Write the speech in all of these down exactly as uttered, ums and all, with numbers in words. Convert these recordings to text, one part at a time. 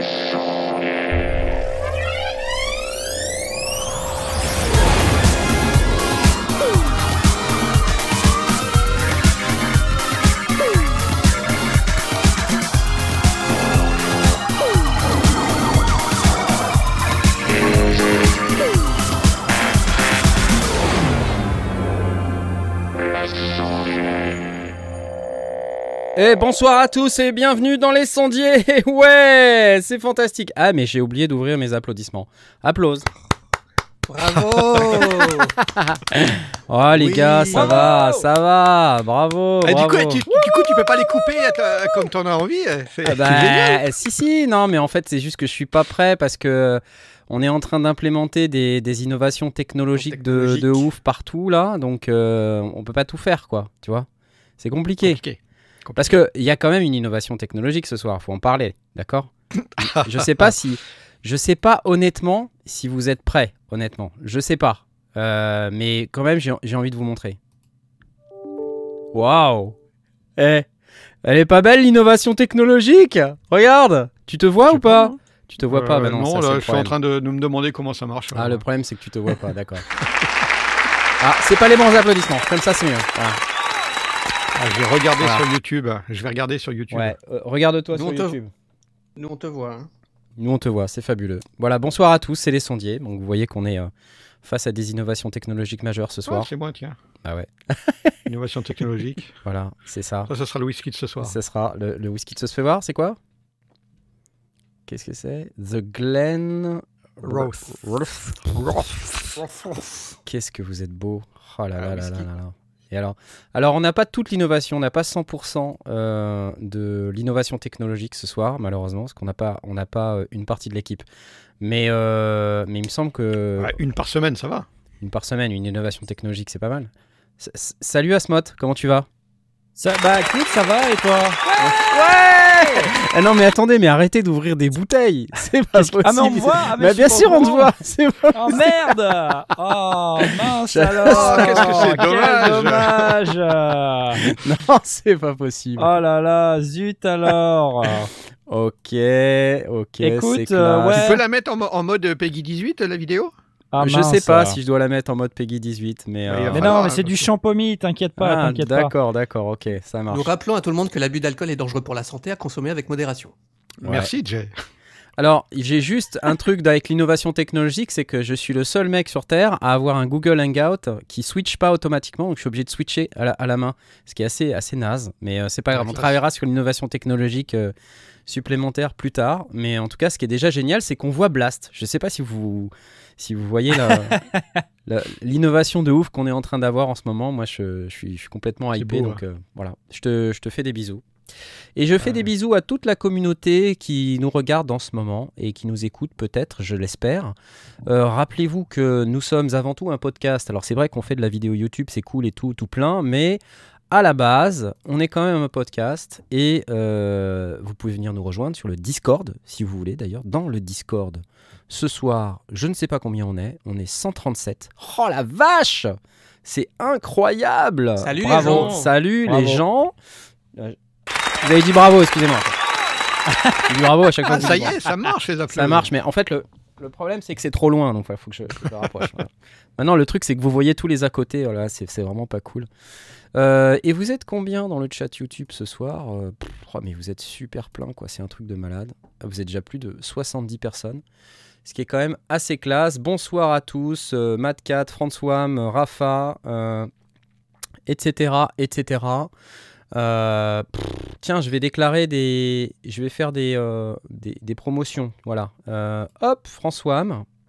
Et bonsoir à tous et bienvenue dans les sondiers. Ouais, c'est fantastique. Ah mais j'ai oublié d'ouvrir mes applaudissements. Applause. Bravo. Oh les oui. gars, ça bravo. va, ça va. Bravo. Et bravo. Du, coup, tu, du coup, tu peux pas les couper euh, comme t'en as envie. C'est, ah bah, c'est génial. Si si, non mais en fait c'est juste que je suis pas prêt parce que on est en train d'implémenter des, des innovations technologiques de, de ouf partout là, donc euh, on peut pas tout faire quoi, tu vois. C'est compliqué. compliqué. Parce qu'il y a quand même une innovation technologique ce soir, il faut en parler, d'accord? Je sais pas si, je sais pas honnêtement si vous êtes prêts, honnêtement, je sais pas, euh, mais quand même j'ai, j'ai envie de vous montrer. Waouh! Eh, elle est pas belle l'innovation technologique? Regarde, tu te vois ou pas? Pas tu te vois euh, pas? Bah non, non ça, là, je suis en train de, de me demander comment ça marche. Ah, le problème c'est que tu te vois pas, d'accord. Ah, c'est pas les bons applaudissements, comme ça c'est mieux. Voilà. Ah, je vais regarder voilà. sur YouTube. Je vais regarder sur YouTube. Ouais, euh, regarde-toi nous sur YouTube. Te... Nous on te voit. Hein. Nous on te voit, c'est fabuleux. Voilà, bonsoir à tous, c'est les sondiers. Donc vous voyez qu'on est euh, face à des innovations technologiques majeures ce soir. Ah, c'est moi, tiens. Ah ouais. Innovation technologique. Voilà, c'est ça. Ça, ça sera le whisky de ce soir. Ça sera le, le whisky de ce se fait voir, c'est quoi? Qu'est-ce que c'est? The Glen Roth. Qu'est-ce que vous êtes beau. Oh là là ah, là là là là. Et alors, alors, on n'a pas toute l'innovation, on n'a pas cent pour cent euh, de l'innovation technologique ce soir, malheureusement, parce qu'on n'a pas, on n'a pas une partie de l'équipe. Mais, euh, mais il me semble que... Ouais, une par semaine, ça va. Une par semaine, une innovation technologique, c'est pas mal. S- Salut Asmot, comment tu vas? Ça, bah écoute, ça va et toi? Ouais, ouais. Ah non mais attendez, mais arrêtez d'ouvrir des bouteilles. C'est pas possible. Ah mais on me voit ah, mais bah, bien sûr on te voit. C'est pas oh merde. Oh mince alors. Oh, qu'est-ce que c'est dommage. dommage. Non, c'est pas possible. Oh là là, zut alors. Ok, ok. Écoute, c'est euh, ouais. Tu peux la mettre en, mo- en mode Peggy dix-huit, la vidéo? Ah, je mince, sais pas alors. si je dois la mettre en mode Peggy dix-huit, mais... Euh... Mais non, mais c'est du champomis, t'inquiète pas, ah, t'inquiète d'accord, pas. D'accord, ok, ça marche. Nous rappelons à tout le monde que l'abus d'alcool est dangereux pour la santé, à consommer avec modération. Ouais. Merci, Jay. Alors, j'ai juste un truc avec l'innovation technologique, c'est que je suis le seul mec sur Terre à avoir un Google Hangout qui switch pas automatiquement, donc je suis obligé de switcher à la, à la main, ce qui est assez, assez naze, mais euh, c'est pas grave, on travaillera sur l'innovation technologique euh, supplémentaire plus tard, mais en tout cas, ce qui est déjà génial, c'est qu'on voit Blast. Je sais pas si vous... Si vous voyez la, la, l'innovation de ouf qu'on est en train d'avoir en ce moment, moi je, je, suis, je suis complètement hypé, beau, donc euh, voilà, je te, je te fais des bisous. Et je fais ouais. des bisous à toute la communauté qui nous regarde en ce moment et qui nous écoute peut-être, je l'espère. Euh, rappelez-vous que nous sommes avant tout un podcast. Alors c'est vrai qu'on fait de la vidéo YouTube, c'est cool et tout, tout plein, mais à la base, on est quand même un podcast et euh, vous pouvez venir nous rejoindre sur le Discord, si vous voulez d'ailleurs, dans le Discord. Ce soir, je ne sais pas combien on est, on est cent trente-sept. Oh la vache! C'est incroyable! Salut bravo. les gens! Salut bravo. les gens! Vous avez dit bravo, excusez-moi. Dit bravo à chaque fois. Ah, ça y est, ça marche les applaudissements. Ça marche, mais en fait, le, le problème c'est que c'est trop loin, donc il faut que je, je me rapproche. Voilà. Maintenant, le truc c'est que vous voyez tous les à côté, voilà, c'est, c'est vraiment pas cool. Euh, et vous êtes combien dans le chat YouTube ce soir? euh, pff, oh, mais vous êtes super plein, quoi, c'est un truc de malade. Vous êtes déjà plus de soixante-dix personnes. Ce qui est quand même assez classe. Bonsoir à tous, euh, Madcat, François, Rafa, euh, et cetera, et cetera. Euh, pff, tiens, je vais déclarer des, je vais faire des, euh, des, des promotions. Voilà. Euh, hop, François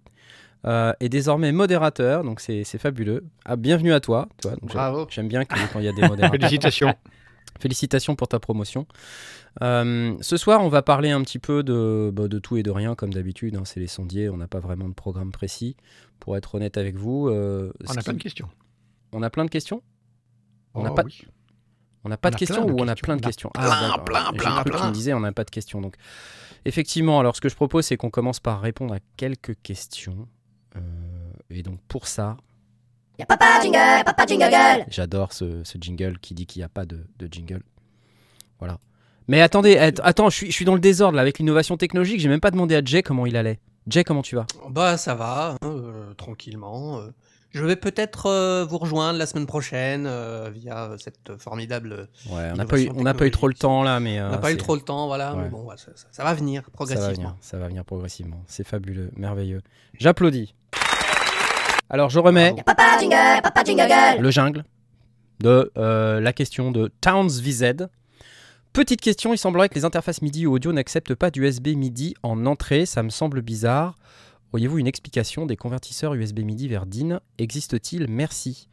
euh, est désormais modérateur, donc c'est, c'est fabuleux. Ah, bienvenue à toi. toi donc Bravo. J'aime bien quand il y a des modérateurs. Félicitations. Félicitations pour ta promotion. Euh, ce soir, on va parler un petit peu de, bah, de tout et de rien, comme d'habitude. Hein, c'est les sondiers, on n'a pas vraiment de programme précis. Pour être honnête avec vous. Euh, on a qui... plein de questions. On a plein de questions On n'a oh, pas, oui. on a pas on de a questions de ou on questions. a plein de questions Plein, ah, plein, J'ai plein, cru que tu me disais on n'a pas de questions. Donc, effectivement, alors ce que je propose, c'est qu'on commence par répondre à quelques questions. Euh, et donc, pour ça... Y'a papa jingle, y'a papa jingle. J'adore ce, ce jingle qui dit qu'il n'y a pas de, de jingle. Voilà. Mais attendez, att- attends, je suis, je suis dans le désordre là avec l'innovation technologique. J'ai même pas demandé à Jay comment il allait. Jay, comment tu vas? Bah ça va, hein, euh, tranquillement. euh. Je vais peut-être euh, vous rejoindre la semaine prochaine euh, via euh, cette formidable... Ouais, on n'a pas eu, Innovation on n'a pas eu trop le technologique. temps là, mais On euh, n'a pas eu c'est- trop le temps, voilà, Ouais. mais bon, ouais, ça, ça- ça va venir ça va progressivement. venir, ça va venir progressivement. C'est fabuleux, merveilleux. J'applaudis. Alors je remets Bravo. Papa Jingle, Papa Jingle. le jungle de euh, la question de Towns V Z. Petite question, il semblerait que les interfaces MIDI ou audio n'acceptent pas d'U S B MIDI en entrée, ça me semble bizarre. Auriez-vous une explication des convertisseurs U S B MIDI vers D I N? Existe-t-il? Merci.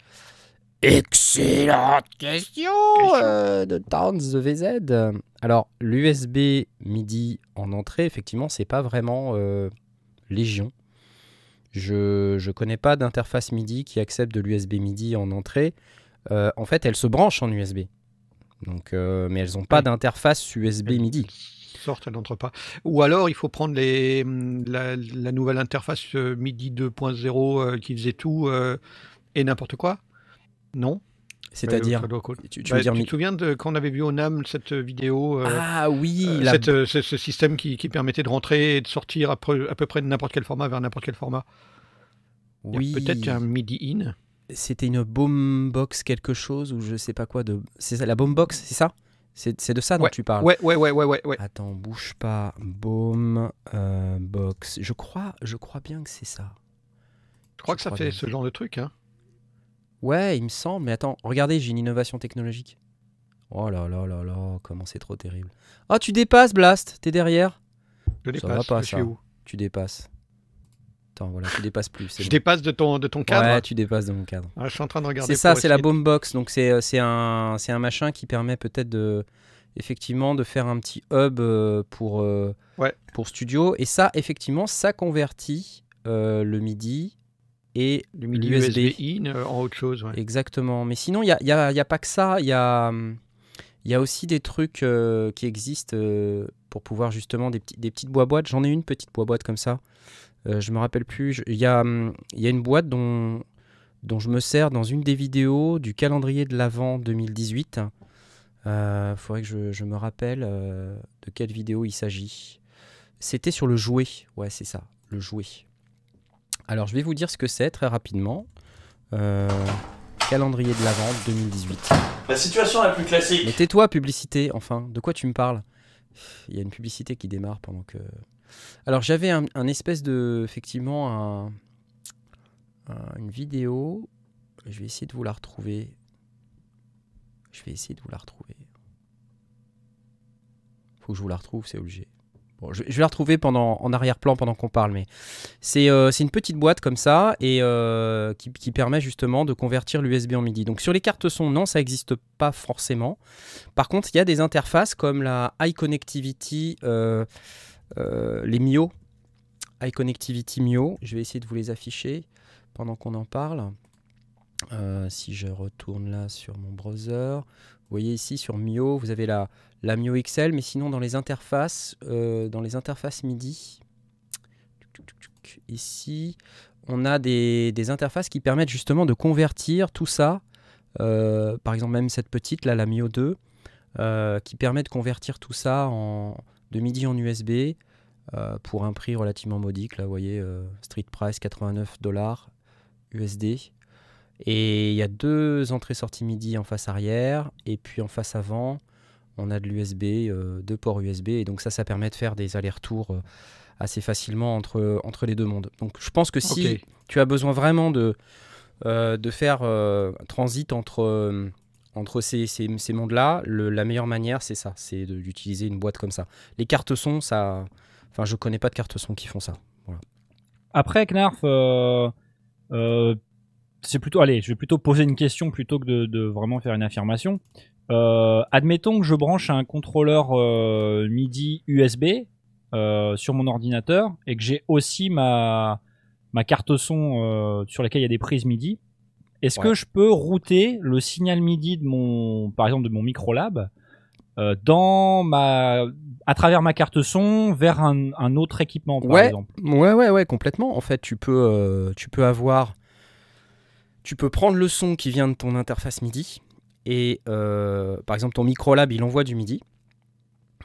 Excellente question euh, de Towns V Z. Alors, l'U S B MIDI en entrée, effectivement, c'est pas vraiment euh, légion. Je ne connais pas d'interface MIDI qui accepte de l'U S B MIDI en entrée. Euh, en fait, elles se branchent en U S B. Donc, euh, mais elles n'ont pas Oui. d'interface U S B MIDI. Sorte, elle n'entre pas. Ou alors, il faut prendre les, hum, la, la nouvelle interface euh, MIDI deux point zéro euh, qui faisait tout euh, et n'importe quoi. Non. C'est-à-dire, Ça doit- tu, tu Bah, veux dire tu mi- te souviens de quand on avait vu au NAM cette vidéo euh, Ah oui, euh, la- cette, euh, ce, ce système qui, qui permettait de rentrer et de sortir à peu, à peu près de n'importe quel format vers n'importe quel format. Il y a oui. Peut-être un MIDI in. C'était une boombox quelque chose ou je sais pas quoi de. C'est ça, la boombox, c'est ça? C'est c'est de ça dont Ouais, tu parles. Ouais, ouais, ouais, ouais, ouais, ouais. Attends, bouge pas. Boom euh, box. Je crois, je crois bien que c'est ça. Je crois Je que ça crois fait bien. ce genre de truc. Hein. Ouais, il me semble. Mais attends, regardez, j'ai une innovation technologique. Oh là là là là, comment c'est trop terrible. Ah, tu dépasses, Blast. T'es derrière. Je Ça dépasse. va pas, je suis ça. où Tu dépasses. Attends, voilà, tu dépasses plus. c'est Je bon. dépasse de ton, de ton cadre. Ouais, tu dépasses dans mon cadre. Ah, je suis en train de regarder. C'est ça, pour c'est la essayer de- boombox. Donc c'est euh, c'est un, c'est un machin qui permet peut-être de, effectivement, de faire un petit hub euh, pour, euh, Ouais. pour studio. Et ça, effectivement, ça convertit euh, le MIDI et Du MIDI l'U S B. U S B in euh, en autre chose. Ouais. Exactement. Mais sinon, il n'y a, y a- y a pas que ça. Il y a, hum, il y a aussi des trucs euh, qui existent euh, pour pouvoir justement des, petits, des petites boîtes. J'en ai une petite boîte comme ça. Euh, je me rappelle plus. Il y a, hum, il y a une boîte dont, dont je me sers dans une des vidéos du calendrier de l'Avent deux mille dix-huit. Il euh, faudrait que je, je me rappelle euh, de quelle vidéo il s'agit. C'était sur le jouet. Ouais, c'est ça, le jouet. Alors, je vais vous dire ce que c'est très rapidement. Euh, calendrier de l'Avent deux mille dix-huit. La situation la plus classique. Mais tais-toi, publicité, enfin. De quoi tu me parles? Il y a une publicité qui démarre pendant que... Alors, j'avais un, un espèce de... Effectivement, un, un- une vidéo. Je vais essayer de vous la retrouver. Je vais essayer de vous la retrouver. Faut que je vous la retrouve, c'est obligé. Bon, je, je vais la retrouver pendant, en arrière-plan pendant qu'on parle, mais c'est euh, c'est une petite boîte comme ça et euh, qui, qui permet justement de convertir l'U S B en MIDI. Donc sur les cartes son, non, ça n'existe pas forcément. Par contre, il y a des interfaces comme la High Connectivity, euh, euh, les Mio, High Connectivity Mio. Je vais essayer de vous les afficher pendant qu'on en parle. Euh, si je retourne là sur mon browser, vous voyez ici sur Mio, vous avez la, la Mio X L, mais sinon dans les interfaces, euh, dans les interfaces MIDI, ici, on a des, des interfaces qui permettent justement de convertir tout ça, euh, par exemple même cette petite, là, la Mio deux, euh, qui permet de convertir tout ça en, de MIDI en U S B euh, pour un prix relativement modique, là vous voyez, euh, street price quatre-vingt-neuf dollars U S D. Et il y a deux entrées-sorties MIDI en face arrière, et puis en face avant, on a de l'U S B, euh, deux ports U S B, et donc ça, ça permet de faire des allers-retours euh, assez facilement entre, entre les deux mondes. Donc je pense que si Ok. tu as besoin vraiment de, euh, de faire euh, un transit entre, euh, entre ces, ces, ces mondes-là, le- la meilleure manière, c'est ça, c'est de- d'utiliser une boîte comme ça. Les cartes son, ça... Enfin, je connais pas de cartes son qui font ça. Voilà. Après, Knarf, euh, euh, c'est plutôt. Allez, je vais plutôt poser une question plutôt que de, de vraiment faire une affirmation. Euh, admettons que je branche un contrôleur euh, MIDI U S B euh, sur mon ordinateur et que j'ai aussi ma, ma carte son euh, sur laquelle il y a des prises MIDI. Est-ce Ouais. que je peux router le signal MIDI de mon, par exemple, de mon microlab euh, dans ma, à travers ma carte son vers un, un autre équipement, par Ouais. exemple? Ouais, ouais, ouais, complètement. En fait, tu peux, euh, tu peux avoir... Tu peux prendre le son qui vient de ton interface MIDI et, euh, par exemple, ton microlab, il envoie du MIDI.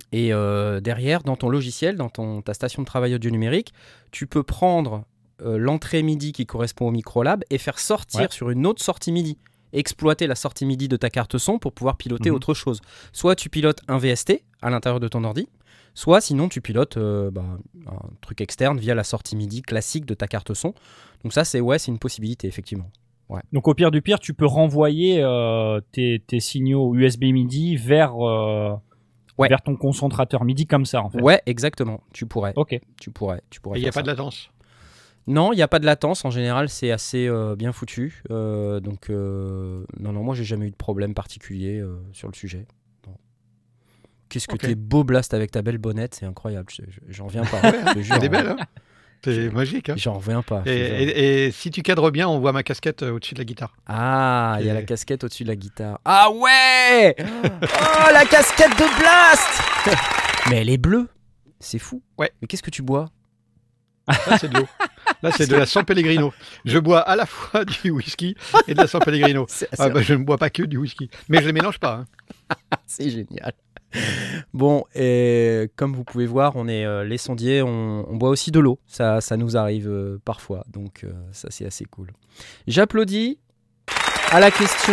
Et euh, derrière, dans ton logiciel, dans ton, ta station de travail audio numérique, tu peux prendre euh, l'entrée MIDI qui correspond au Microlab et faire sortir Ouais. sur une autre sortie MIDI. Exploiter la sortie MIDI de ta carte son pour pouvoir piloter Mhm. autre chose. Soit tu pilotes un V S T à l'intérieur de ton ordi, soit sinon tu pilotes euh, bah, un truc externe via la sortie MIDI classique de ta carte son. Donc ça, c'est ouais, c'est une possibilité, effectivement. Donc au pire du pire, tu peux renvoyer euh, tes, tes signaux U S B MIDI vers, euh, Ouais. vers ton concentrateur MIDI comme ça en fait. Ouais, exactement. Tu pourrais. Ok. Tu pourrais. Tu pourrais Il n'y a faire pas ça. de latence. Non, il n'y a pas de latence. En général, c'est assez euh, bien foutu. Euh, donc, euh, non, non, moi, j'ai jamais eu de problème particulier euh, sur le sujet. Non. Qu'est-ce que Ok. t'es beau, Blast, avec ta belle bonnette. C'est incroyable. Je- je- J'en reviens pas. Ouais, je te jure. Elle est belle, hein. C'est magique. Hein. J'en reviens pas. je Et, te jure. et- et si tu cadres bien, on voit ma casquette euh, au-dessus de la guitare. Ah, il y a Et- la casquette au-dessus de la guitare. Ah ouais. Oh, la casquette de Blast. Mais elle est bleue. C'est fou. Ouais. Mais qu'est-ce que tu bois? Là, c'est de l'eau. Là, c'est de la San Pellegrino. Je bois à la fois du whisky et de la San Pellegrino. C'est Ah, bah, je ne bois pas que du whisky. Mais je ne les mélange pas. Hein. C'est génial. Bon, et comme vous pouvez voir, on est euh, les sondiers, on, on boit aussi de l'eau. Ça, ça nous arrive euh, parfois, donc euh, ça c'est assez cool. J'applaudis à la question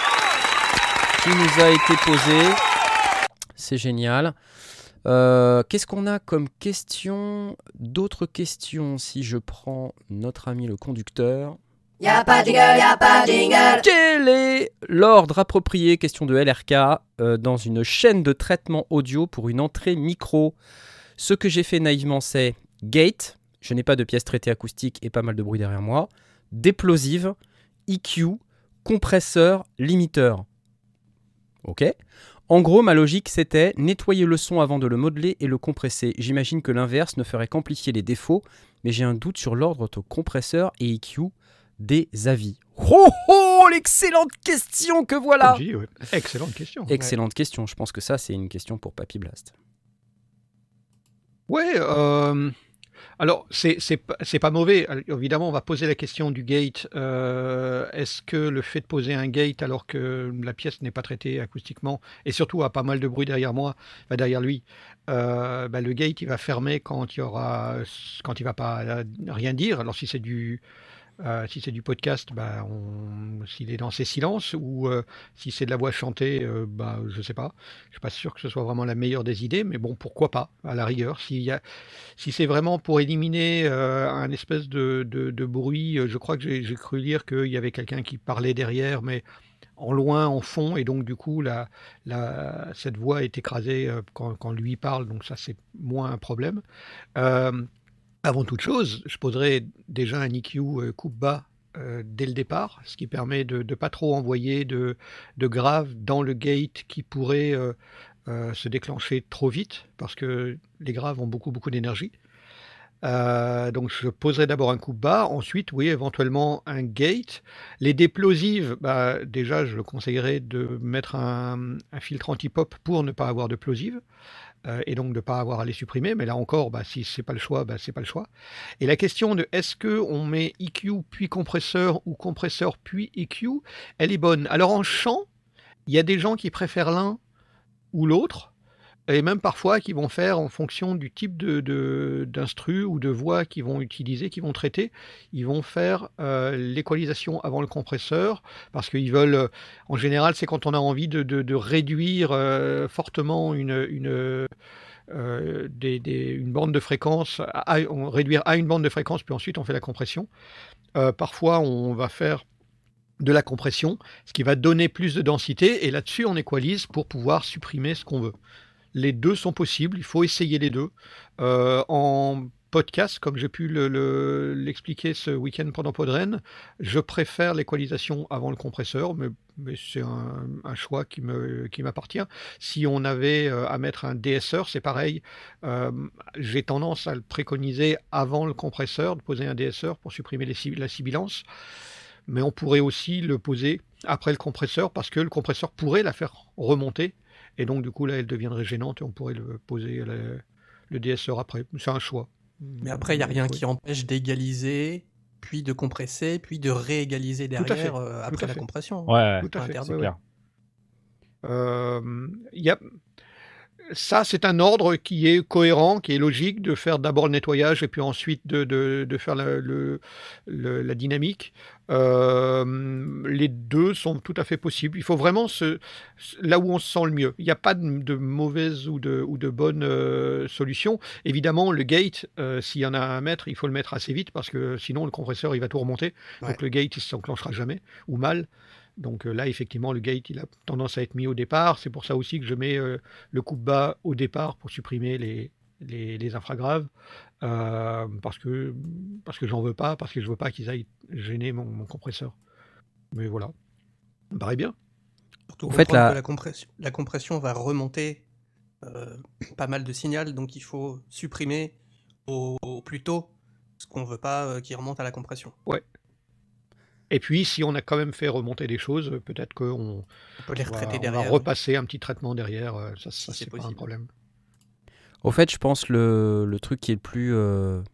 qui nous a été posée. C'est génial. Euh, Qu'est-ce qu'on a comme question? D'autres questions si je prends notre ami le conducteur. Y'a pas de jingle, y'a pas de jingle. Quel est l'ordre approprié, question de L R K, euh, dans une chaîne de traitement audio pour une entrée micro? Ce que j'ai fait naïvement, c'est gate, je n'ai pas de pièces traitées acoustiques et pas mal de bruit derrière moi, déplosive, E Q, compresseur, limiteur. Ok. En gros, ma logique, c'était nettoyer le son avant de le modeler et le compresser. J'imagine que l'inverse ne ferait qu'amplifier les défauts, mais j'ai un doute sur l'ordre entre compresseur et E Q des avis. Oh oh, l'excellente question que voilà. Comme j'ai dit, ouais. Excellente question. Excellente question. Je pense que ça, c'est une question pour Papy Blast. Ouais, euh, alors c'est c'est pas c'est pas mauvais. Alors, évidemment, on va poser la question du gate. Euh, Est-ce que le fait de poser un gate alors que la pièce n'est pas traitée acoustiquement et surtout a pas mal de bruit derrière moi, bah, derrière lui, euh, bah, le gate il va fermer quand il y aura quand il va pas euh, rien dire. Alors si c'est du euh, si c'est du podcast, bah, on- s'il est dans ses silences ou euh, si c'est de la voix chantée, euh, bah, je sais pas. Je suis pas sûr que ce soit vraiment la meilleure des idées, mais bon, pourquoi pas, à la rigueur. S'il y a, si c'est vraiment pour éliminer euh, un espèce de, de- de bruit, euh, je crois que j'ai j'ai cru lire qu'il y avait quelqu'un qui parlait derrière, mais en loin, en fond, et donc du coup, la, la- cette voix est écrasée euh, quand, quand lui parle, donc ça, c'est moins un problème. Euh, Avant toute chose, je poserai déjà un E Q euh, coupe-bas euh, dès le départ, ce qui permet de ne pas trop envoyer de, de graves dans le gate qui pourrait euh, euh, se déclencher trop vite, parce que les graves ont beaucoup, beaucoup d'énergie. Euh, donc je poserai d'abord un coupe-bas, ensuite, oui, éventuellement un gate. Les déplosives, bah, déjà, je le conseillerais de mettre un, un filtre anti-pop pour ne pas avoir de plosive. Euh, et donc de ne pas avoir à les supprimer, mais là encore, bah, si c'est pas le choix, bah, c'est pas le choix. Et la question de est-ce qu'on met E Q puis compresseur ou compresseur puis E Q, elle est bonne. Alors en chant, il y a des gens qui préfèrent l'un ou l'autre, et même parfois qui vont faire en fonction du type de, de- d'instru ou de voix qu'ils vont utiliser, qu'ils vont traiter, ils vont faire euh, l'équalisation avant le compresseur, parce qu'ils veulent, euh, en général, c'est quand on a envie de, de- de réduire euh, fortement une, une, euh, des- des- une bande de fréquence, à, à- on réduire à une bande de fréquence, puis ensuite on fait la compression. Euh, parfois, on va faire de la compression, ce qui va donner plus de densité, et là-dessus, on équalise pour pouvoir supprimer ce qu'on veut. Les deux sont possibles, il faut essayer les deux. Euh, en podcast, comme j'ai pu le- le- l'expliquer ce week-end pendant Podren, je préfère l'équalisation avant le compresseur, mais, mais c'est un, un choix qui me, qui m'appartient. Si on avait euh, à mettre un D S R, c'est pareil. Euh, j'ai tendance à le préconiser avant le compresseur, de poser un D S R pour supprimer les, si- la sibilance. Mais on pourrait aussi le poser après le compresseur, parce que le compresseur pourrait la faire remonter. Et donc, du coup, là, elle deviendrait gênante et on pourrait le poser le, le D S R après. C'est un choix. Mais après, il n'y a rien Oui. qui empêche d'égaliser, puis de compresser, puis de réégaliser Tout à fait, derrière euh, tout après à la fait. compression. Ouais, Tout à fait, Interdit. c'est ouais, clair. ouais. Euh, il y a... ça, c'est un ordre qui est cohérent, qui est logique, de faire d'abord le nettoyage et puis ensuite de, de, de faire la, le, le, la dynamique. Euh, les deux sont tout à fait possibles. Il faut vraiment se, là où on se sent le mieux. Il n'y a pas de, de mauvaise ou de, ou de bonne euh, solution. Évidemment, le gate, euh, s'il y en a à mettre, il faut le mettre assez vite parce que sinon le compresseur il va tout remonter. Ouais. Donc le gate il ne s'enclenchera jamais ou mal. Donc euh, là, effectivement, le gate, il a tendance à être mis au départ. C'est pour ça aussi que je mets euh, le coupe-bas au départ pour supprimer les, les, les infragraves. Euh, parce que, parce que j'en veux pas, parce que je veux pas qu'ils aillent gêner mon, mon compresseur. Mais voilà, ça me paraît bien. Surtout Au fait, comprendre la- que la compression, la compression va remonter euh, pas mal de signal, donc il faut supprimer au, au plus tôt ce qu'on veut pas euh, qui remonte à la compression. Et puis, si on a quand même fait remonter des choses, euh, peut-être qu'on On peut les va, retraiter on va derrière. repasser un petit traitement derrière. euh, Ça, Si ça c'est c'est pas un possible. problème. Au fait, je pense le, le truc qui est le plus, euh,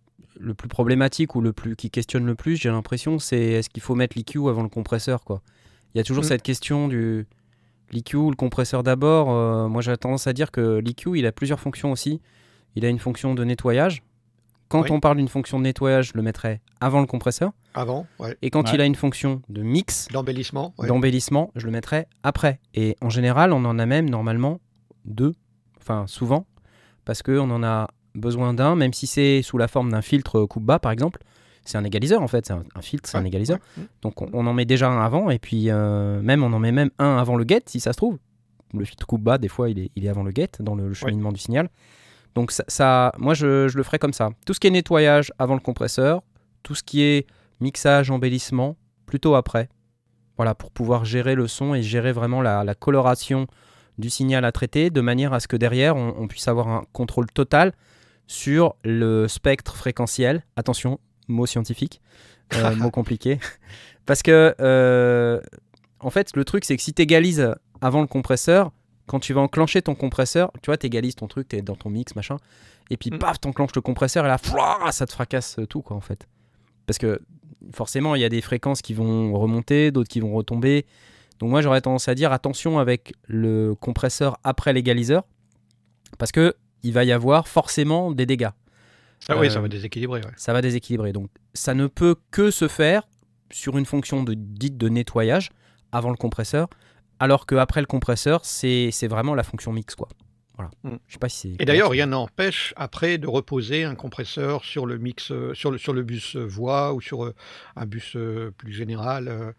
le plus problématique ou le plus qui questionne le plus, j'ai l'impression, c'est est-ce qu'il faut mettre l'E Q avant le compresseur, quoi. Il y a toujours Mm. cette question du l'E Q ou le compresseur d'abord. Euh, moi, j'ai tendance à dire que l'E Q, il a plusieurs fonctions aussi. Il a une fonction de nettoyage. Quand Oui. on parle d'une fonction de nettoyage, je le mettrais avant le compresseur. Avant, ouais. Et quand Ouais. il a une fonction de mix, D'embellissement, ouais. d'embellissement, je le mettrais après. Et en général, on en a même normalement deux, enfin souvent, parce qu'on en a besoin d'un, même si c'est sous la forme d'un filtre coupe-bas par exemple. C'est un égaliseur en fait, c'est un, un filtre, c'est un Ouais, égaliseur. ouais. Mm. Donc on, on en met déjà un avant, et puis euh, même on en met même un avant le gate si ça se trouve. Le filtre coupe-bas, des fois, il est, il est avant le gate dans le, le cheminement du signal. Donc ça, ça- moi je, je le ferai comme ça. Tout ce qui est nettoyage avant le compresseur, tout ce qui est mixage, embellissement, plutôt après. Voilà, pour pouvoir gérer le son et gérer vraiment la, la coloration du signal à traiter, de manière à ce que derrière, on, on puisse avoir un contrôle total sur le spectre fréquentiel. Attention, mot scientifique, euh, mot compliqué. Parce que, euh, en fait, le truc, c'est que si tu égalises avant le compresseur, quand tu vas enclencher ton compresseur, tu vois, tu égalises ton truc, tu es dans ton mix, machin, et puis Mm. paf, tu enclenches le compresseur, et là, fouah, ça te fracasse tout, quoi, en fait. Parce que forcément, il y a des fréquences qui vont remonter, d'autres qui vont retomber. Donc moi, j'aurais tendance à dire attention avec le compresseur après l'égaliseur, parce que il va y avoir forcément des dégâts. Ça, oui, Euh, ça va déséquilibrer. Ouais. Ça va déséquilibrer. Donc ça ne peut que se faire sur une fonction de, dite de nettoyage avant le compresseur, alors qu'après le compresseur, c'est c'est vraiment la fonction mix, quoi. Voilà. Mm. Je sais pas si c'est Et d'ailleurs, clair. rien n'empêche après de reposer un compresseur sur le mix, euh, sur le, sur le bus euh, voix ou sur euh, un bus euh, plus général. euh,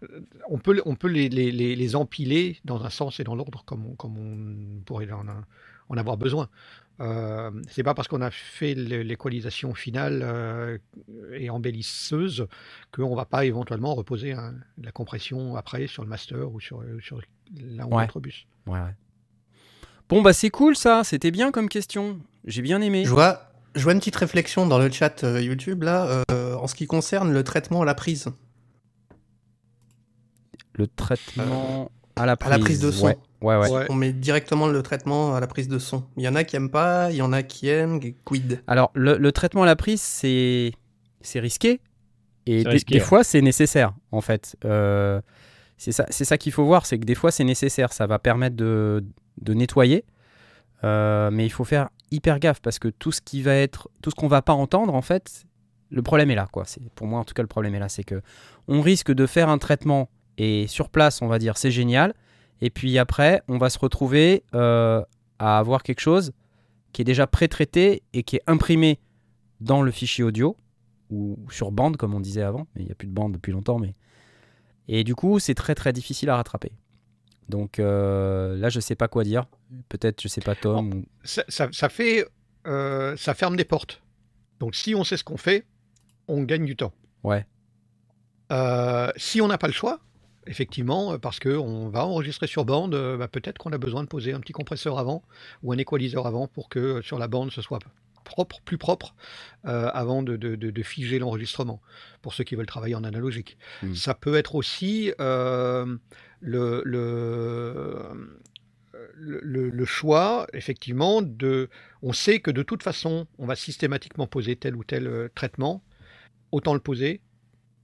on peut, on peut les, les, les, les empiler dans un sens et dans l'ordre comme on, comme on pourrait en, en avoir besoin. Euh, c'est pas parce qu'on a fait le- l'équalisation finale euh, et embellisseuse qu'on va pas éventuellement reposer un- la compression après sur le master ou sur, sur l'un ou Ouais. l'autre bus. Ouais, ouais. Bon, bah c'est cool ça, c'était bien comme question. J'ai bien aimé. Je vois, je vois une petite réflexion dans le chat euh, YouTube là, euh, en ce qui concerne le traitement à la prise. Le traitement à la à prise. la prise de son. Ouais, ouais, ouais. Ouais. On met directement le traitement à la prise de son. Il y en a qui aiment pas, il y en a qui aiment, quid. Alors, le, le traitement à la prise, c'est c'est risqué. Et C'est des, risqué, des ouais. fois, c'est nécessaire, en fait. Euh, c'est ça, c'est ça qu'il faut voir, c'est que des fois, c'est nécessaire. Ça va permettre de, de nettoyer. Euh, mais il faut faire hyper gaffe parce que tout ce qui va être, tout ce qu'on va pas entendre, en fait, le problème est là, quoi. C'est, pour moi, en tout cas, le problème est là. C'est que on risque de faire un traitement et sur place, on va dire, c'est génial. Et puis après, on va se retrouver euh, à avoir quelque chose qui est déjà pré-traité et qui est imprimé dans le fichier audio ou sur bande comme on disait avant, mais il n'y a plus de bande depuis longtemps. Mais... Et du coup, c'est très très difficile à rattraper. Donc euh, là, je sais pas quoi dire. Peut-être, je sais pas Tom. Ou... Ça, ça, ça fait, euh, ça ferme des portes. Donc si on sait ce qu'on fait, on gagne du temps. Ouais, Euh, si on n'a pas le choix, effectivement, euh, parce qu'on va enregistrer sur bande, euh, bah, peut-être qu'on a besoin de poser un petit compresseur avant ou un équaliseur avant pour que euh, sur la bande ce soit propre, plus propre euh, avant de, de- de- de figer l'enregistrement pour ceux qui veulent travailler en analogique. Mm. Ça peut être aussi euh, le, le, le- le- le choix, effectivement, de. On sait que de toute façon, on va systématiquement poser tel ou tel euh, traitement, autant le poser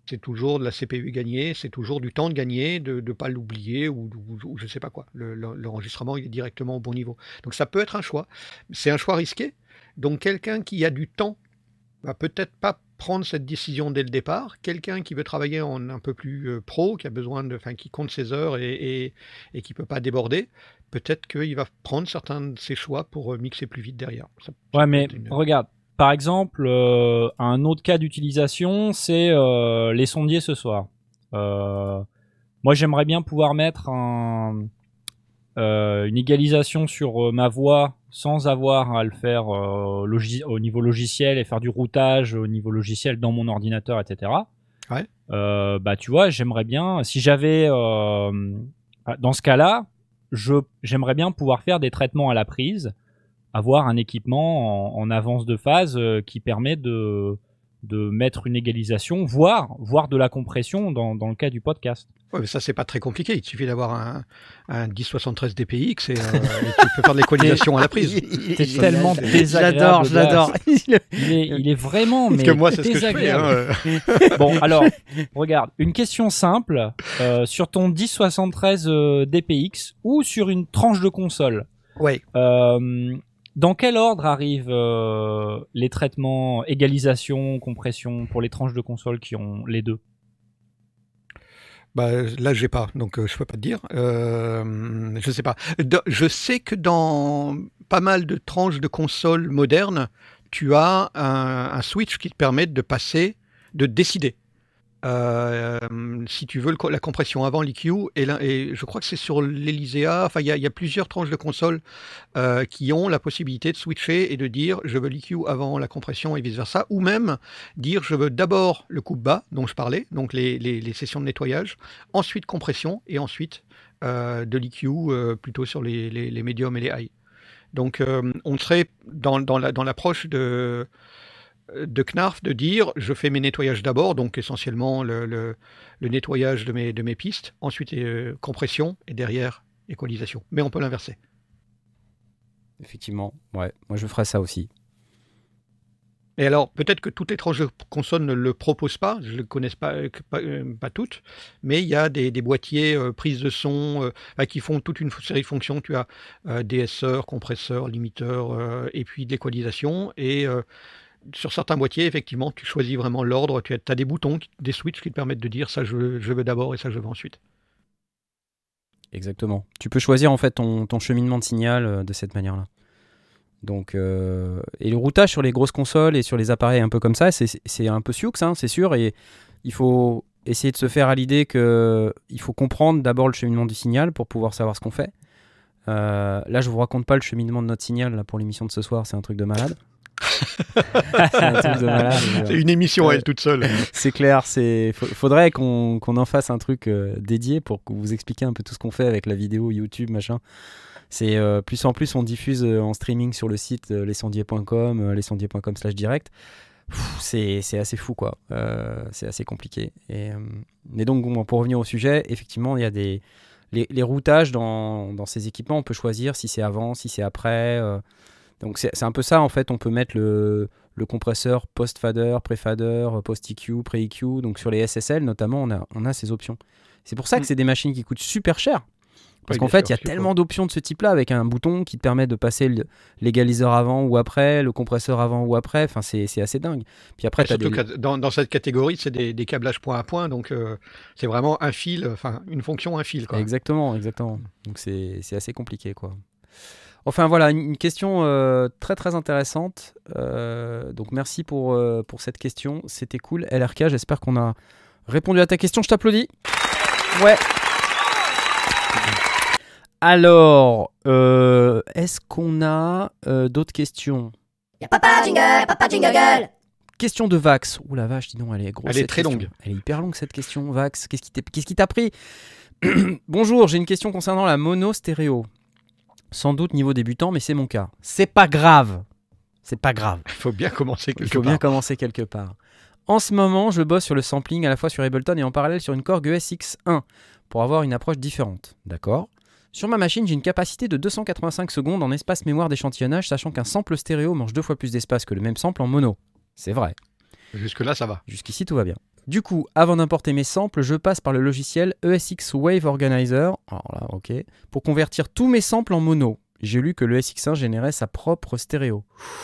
c'est toujours de la C P U gagnée, c'est toujours du temps de gagner, de ne pas l'oublier ou, ou, ou je ne sais pas quoi. Le- le- L'enregistrement il est directement au bon niveau. Donc ça peut être un choix. C'est un choix risqué. Donc quelqu'un qui a du temps va peut-être pas prendre cette décision dès le départ. Quelqu'un qui veut travailler en un peu plus euh, pro, qui a besoin de, enfin, qui compte ses heures et, et, et qui peut pas déborder, peut-être qu'il va prendre certains de ses choix pour euh, mixer plus vite derrière. Ça- ça Ouais, peut mais être une- regarde, par exemple, euh, un autre cas d'utilisation, c'est euh, les sondiers ce soir. Euh, moi, j'aimerais bien pouvoir mettre un, euh, une égalisation sur euh, ma voix sans avoir à le faire euh, logi- au niveau logiciel et faire du routage au niveau logiciel dans mon ordinateur, et cetera. Ouais. Euh, bah, tu vois, j'aimerais bien, si j'avais, euh, dans ce cas-là, je, j'aimerais bien pouvoir faire des traitements à la prise, avoir un équipement en, en avance de phase euh, qui permet de, de mettre une égalisation, voire, voire de la compression dans, dans le cas du podcast. Ouais, mais ça, c'est pas très compliqué. Il suffit d'avoir un, un dix soixante-treize D P X et, euh, et tu peux faire de l'équalisation à la prise. C'est tellement Je désagréable. l'adore, je l'adore. Il est, il est vraiment, mais Parce que moi, c'est ce que je fais. désagréable. Hein. Bon, alors, regarde, une question simple. Euh, sur ton dix soixante-treize euh, D P X ou sur une tranche de console, Ouais. euh, dans quel ordre arrivent euh, les traitements égalisation, compression pour les tranches de console qui ont les deux? Bah, là, j'ai pas, donc euh, je peux pas te dire. Euh, je sais pas. De- je sais que dans pas mal de tranches de consoles modernes, tu as un, un switch qui te permet de passer, de décider. Euh, si tu veux le co- la compression avant l'E Q, et, là- et je crois que c'est sur l'Elyséa, enfin il y, a- il y a plusieurs tranches de consoles euh, qui ont la possibilité de switcher et de dire je veux l'E Q avant la compression et vice versa, ou même dire je veux d'abord le coupe bas dont je parlais, donc les, les- les sessions de nettoyage, ensuite compression et ensuite euh, de l'E Q euh, plutôt sur les, les, les médiums et les high. Donc euh, on serait dans, dans la- dans l'approche de de Knarf de dire je fais mes nettoyages d'abord, donc essentiellement le, le- le nettoyage de mes, de mes pistes, ensuite euh, compression et derrière équalisation. Mais on peut l'inverser. Effectivement, ouais. Moi, je ferais ça aussi. Et alors, peut-être que toutes les tranches de console ne le proposent pas, je ne les connais pas, euh, que- pas, euh, pas toutes, mais il y a des, des boîtiers euh, prises de son euh, enfin, qui font toute une série de fonctions. Tu as euh, D S R, compresseur, limiteur, euh, et puis de l'équalisation. Et euh, sur certains boîtiers, effectivement, tu choisis vraiment l'ordre. Tu as, as des boutons, qui- des switches qui te permettent de dire ça je, veux- je veux d'abord et ça je veux ensuite. Exactement. Tu peux choisir en fait ton, ton cheminement de signal euh, de cette manière-là. Donc, euh, et le routage sur les grosses consoles et sur les appareils un peu comme ça, c'est c'est un peu sioux, hein, c'est sûr. Et il faut essayer de se faire à l'idée que il faut comprendre d'abord le cheminement du signal pour pouvoir savoir ce qu'on fait. Euh, là, je vous raconte pas le cheminement de notre signal là, pour l'émission de ce soir, c'est un truc de malade. C'est un truc de malade. C'est une émission à Ouais. elle toute seule. C'est clair, c'est fa- faudrait qu'on qu'on en fasse un truc euh, dédié pour que vous expliquer un peu tout ce qu'on fait avec la vidéo, YouTube, machin. C'est euh, plus en plus on diffuse euh, en streaming sur le site euh, lescendiers point com, euh, lescendiers point com slash direct. Pff, C'est c'est assez fou quoi. Euh, c'est assez compliqué. Et, euh, mais donc bon, pour revenir au sujet, effectivement il y a des les, les routages dans, dans ces équipements, on peut choisir si c'est avant, si c'est après. euh, donc c'est c'est un peu ça en fait, on peut mettre le, le compresseur post-fader, pré-fader, post-E Q, pré-E Q. Donc sur les S S L notamment, on a, on a ces options. C'est pour ça que Mm. c'est des machines qui coûtent super cher. Parce Oui, qu'en bien fait, sûr, il y a parce qu'il tellement faut- d'options de ce type-là avec un bouton qui te permet de passer le- l'égaliseur avant ou après, le compresseur avant ou après. Enfin, c'est c'est assez dingue. Puis après, Ouais, tu as surtout des... que dans, dans cette catégorie, c'est des, des câblages point à point, donc euh, c'est vraiment un fil, enfin une fonction, un fil. Quoi. Exactement, exactement. Donc c'est c'est assez compliqué, quoi. Enfin voilà, une, une question euh, très très intéressante. Euh, donc merci pour, euh, pour cette question, c'était cool. L R K, j'espère qu'on a répondu à ta question, je t'applaudis. Ouais. Alors, euh, est-ce qu'on a euh, d'autres questions? Y'a papa jingle, papa jingle. Question de Vax. Ouh la vache, dis donc, elle est grosse. Elle est cette très question. longue. Elle est hyper longue cette question, Vax. Qu'est-ce qui t'est- qu'est-ce qui t'a pris? Bonjour, j'ai une question concernant la mono stéréo. Sans doute niveau débutant, mais c'est mon cas. C'est pas grave. C'est pas grave. Il faut bien commencer Il quelque faut part. bien commencer quelque part. En ce moment, je bosse sur le sampling à la fois sur Ableton et en parallèle sur une Korg E S X un pour avoir une approche différente. D'accord? Sur ma machine, j'ai une capacité de deux cent quatre-vingt-cinq secondes en espace mémoire d'échantillonnage, sachant qu'un sample stéréo mange deux fois plus d'espace que le même sample en mono. C'est vrai. Jusque-là, ça va. Jusqu'ici, tout va bien. Du coup, avant d'importer mes samples, je passe par le logiciel E S X Wave Organizer, alors là, ok, pour convertir tous mes samples en mono. J'ai lu que le E S X un générait sa propre stéréo.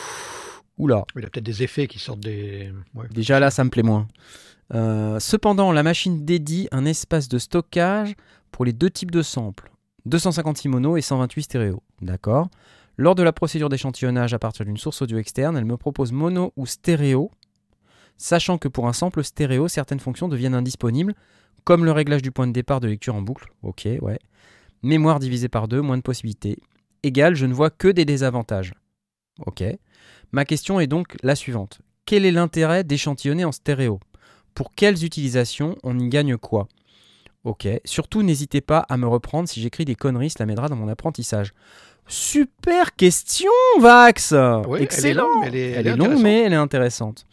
Oula. Il y a peut-être des effets qui sortent des... Ouais. Déjà là, ça me plaît moins. Euh, cependant, la machine dédie un espace de stockage pour les deux types de samples, deux cent cinquante-six mono et cent vingt-huit stéréo. D'accord. Lors de la procédure d'échantillonnage à partir d'une source audio externe, elle me propose mono ou stéréo, sachant que pour un sample stéréo, certaines fonctions deviennent indisponibles, comme le réglage du point de départ de lecture en boucle. Ok, ouais. Mémoire divisée par deux, moins de possibilités. Égal, je ne vois que des désavantages. Ok. Ma question est donc la suivante. Quel est l'intérêt d'échantillonner en stéréo ? Pour quelles utilisations on y gagne quoi ? Ok. Surtout, n'hésitez pas à me reprendre si j'écris des conneries, cela m'aidera dans mon apprentissage. Super question, Vax. Oui, excellent. Elle est longue, mais elle est, Elle elle est est longue, intéressante. mais elle est intéressante.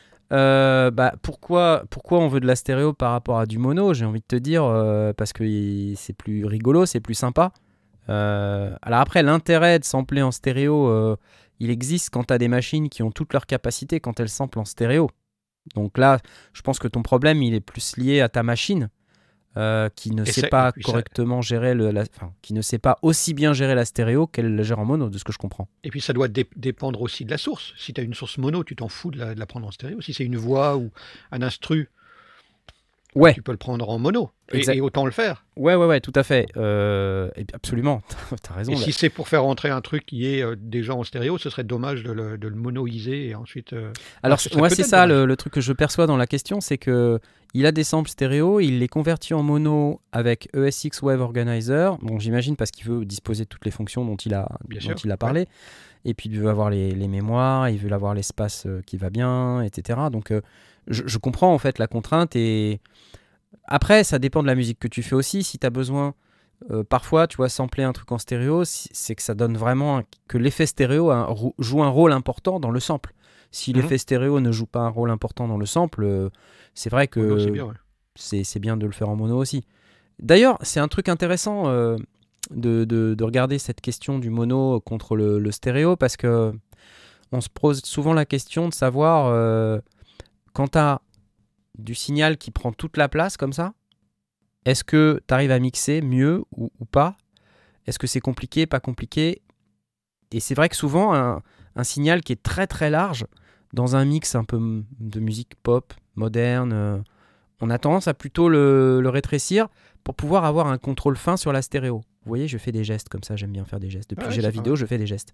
Euh, bah, pourquoi, pourquoi on veut de la stéréo par rapport à du mono ? J'ai envie de te dire, euh, parce que y- c'est plus rigolo, c'est plus sympa. Euh, alors après, l'intérêt de sampler en stéréo, euh, il existe quand tu as des machines qui ont toutes leurs capacités quand elles samplent en stéréo. Donc là, je pense que ton problème, il est plus lié à ta machine. Euh, qui ne Et sait c'est- pas et puis ça- correctement gérer le, la, enfin, qui ne sait pas aussi bien gérer la stéréo qu'elle la gère en mono, de ce que je comprends. Et puis ça doit dé- dépendre aussi de la source. Si tu as une source mono, tu t'en fous de la, de la prendre en stéréo. Si c'est une voix ou un instru, Ouais, tu peux le prendre en mono. Et, Exact. et autant le faire. ouais, ouais, ouais, tout à fait. Euh, et absolument, t'as raison. Et là. si c'est pour faire rentrer un truc qui est euh, déjà en stéréo, ce serait dommage de le, de le monoiser et ensuite. euh, Alors, ce c'est- serait ouais, c'est peut-être ça dommage. le, le truc que je perçois dans la question, c'est que il a des samples stéréo, il les convertit en mono avec E S X Wave Organizer. Bon, j'imagine parce qu'il veut disposer de toutes les fonctions dont il a, Bien dont sûr, il a parlé. Et puis, il veut avoir les, les mémoires, il veut avoir l'espace euh, qui va bien, et cetera. Donc, euh, je, je comprends en fait la contrainte. Et après, ça dépend de la musique que tu fais aussi. Si tu as besoin, euh, parfois, tu vois, sampler un truc en stéréo, si- c'est que ça donne vraiment un- que l'effet stéréo a un rou- joue un rôle important dans le sample. Si Mhm. l'effet stéréo ne joue pas un rôle important dans le sample, euh, c'est vrai que Ouais, non, c'est bien, ouais. c'est c'est bien de le faire en mono aussi. D'ailleurs, c'est un truc intéressant euh, de, de- de regarder cette question du mono contre le, le stéréo parce que on se pose souvent la question de savoir euh, quand tu as du signal qui prend toute la place comme ça, est-ce que tu arrives à mixer mieux ou, ou pas ? Est-ce que c'est compliqué, pas compliqué ? Et c'est vrai que souvent, un, un signal qui est très très large, dans un mix un peu m- de musique pop, moderne, euh, on a tendance à plutôt le, le rétrécir pour pouvoir avoir un contrôle fin sur la stéréo. Vous voyez, je fais des gestes comme ça, j'aime bien faire des gestes. Depuis Ouais, que j'ai c'est la pas vidéo, je fais des gestes.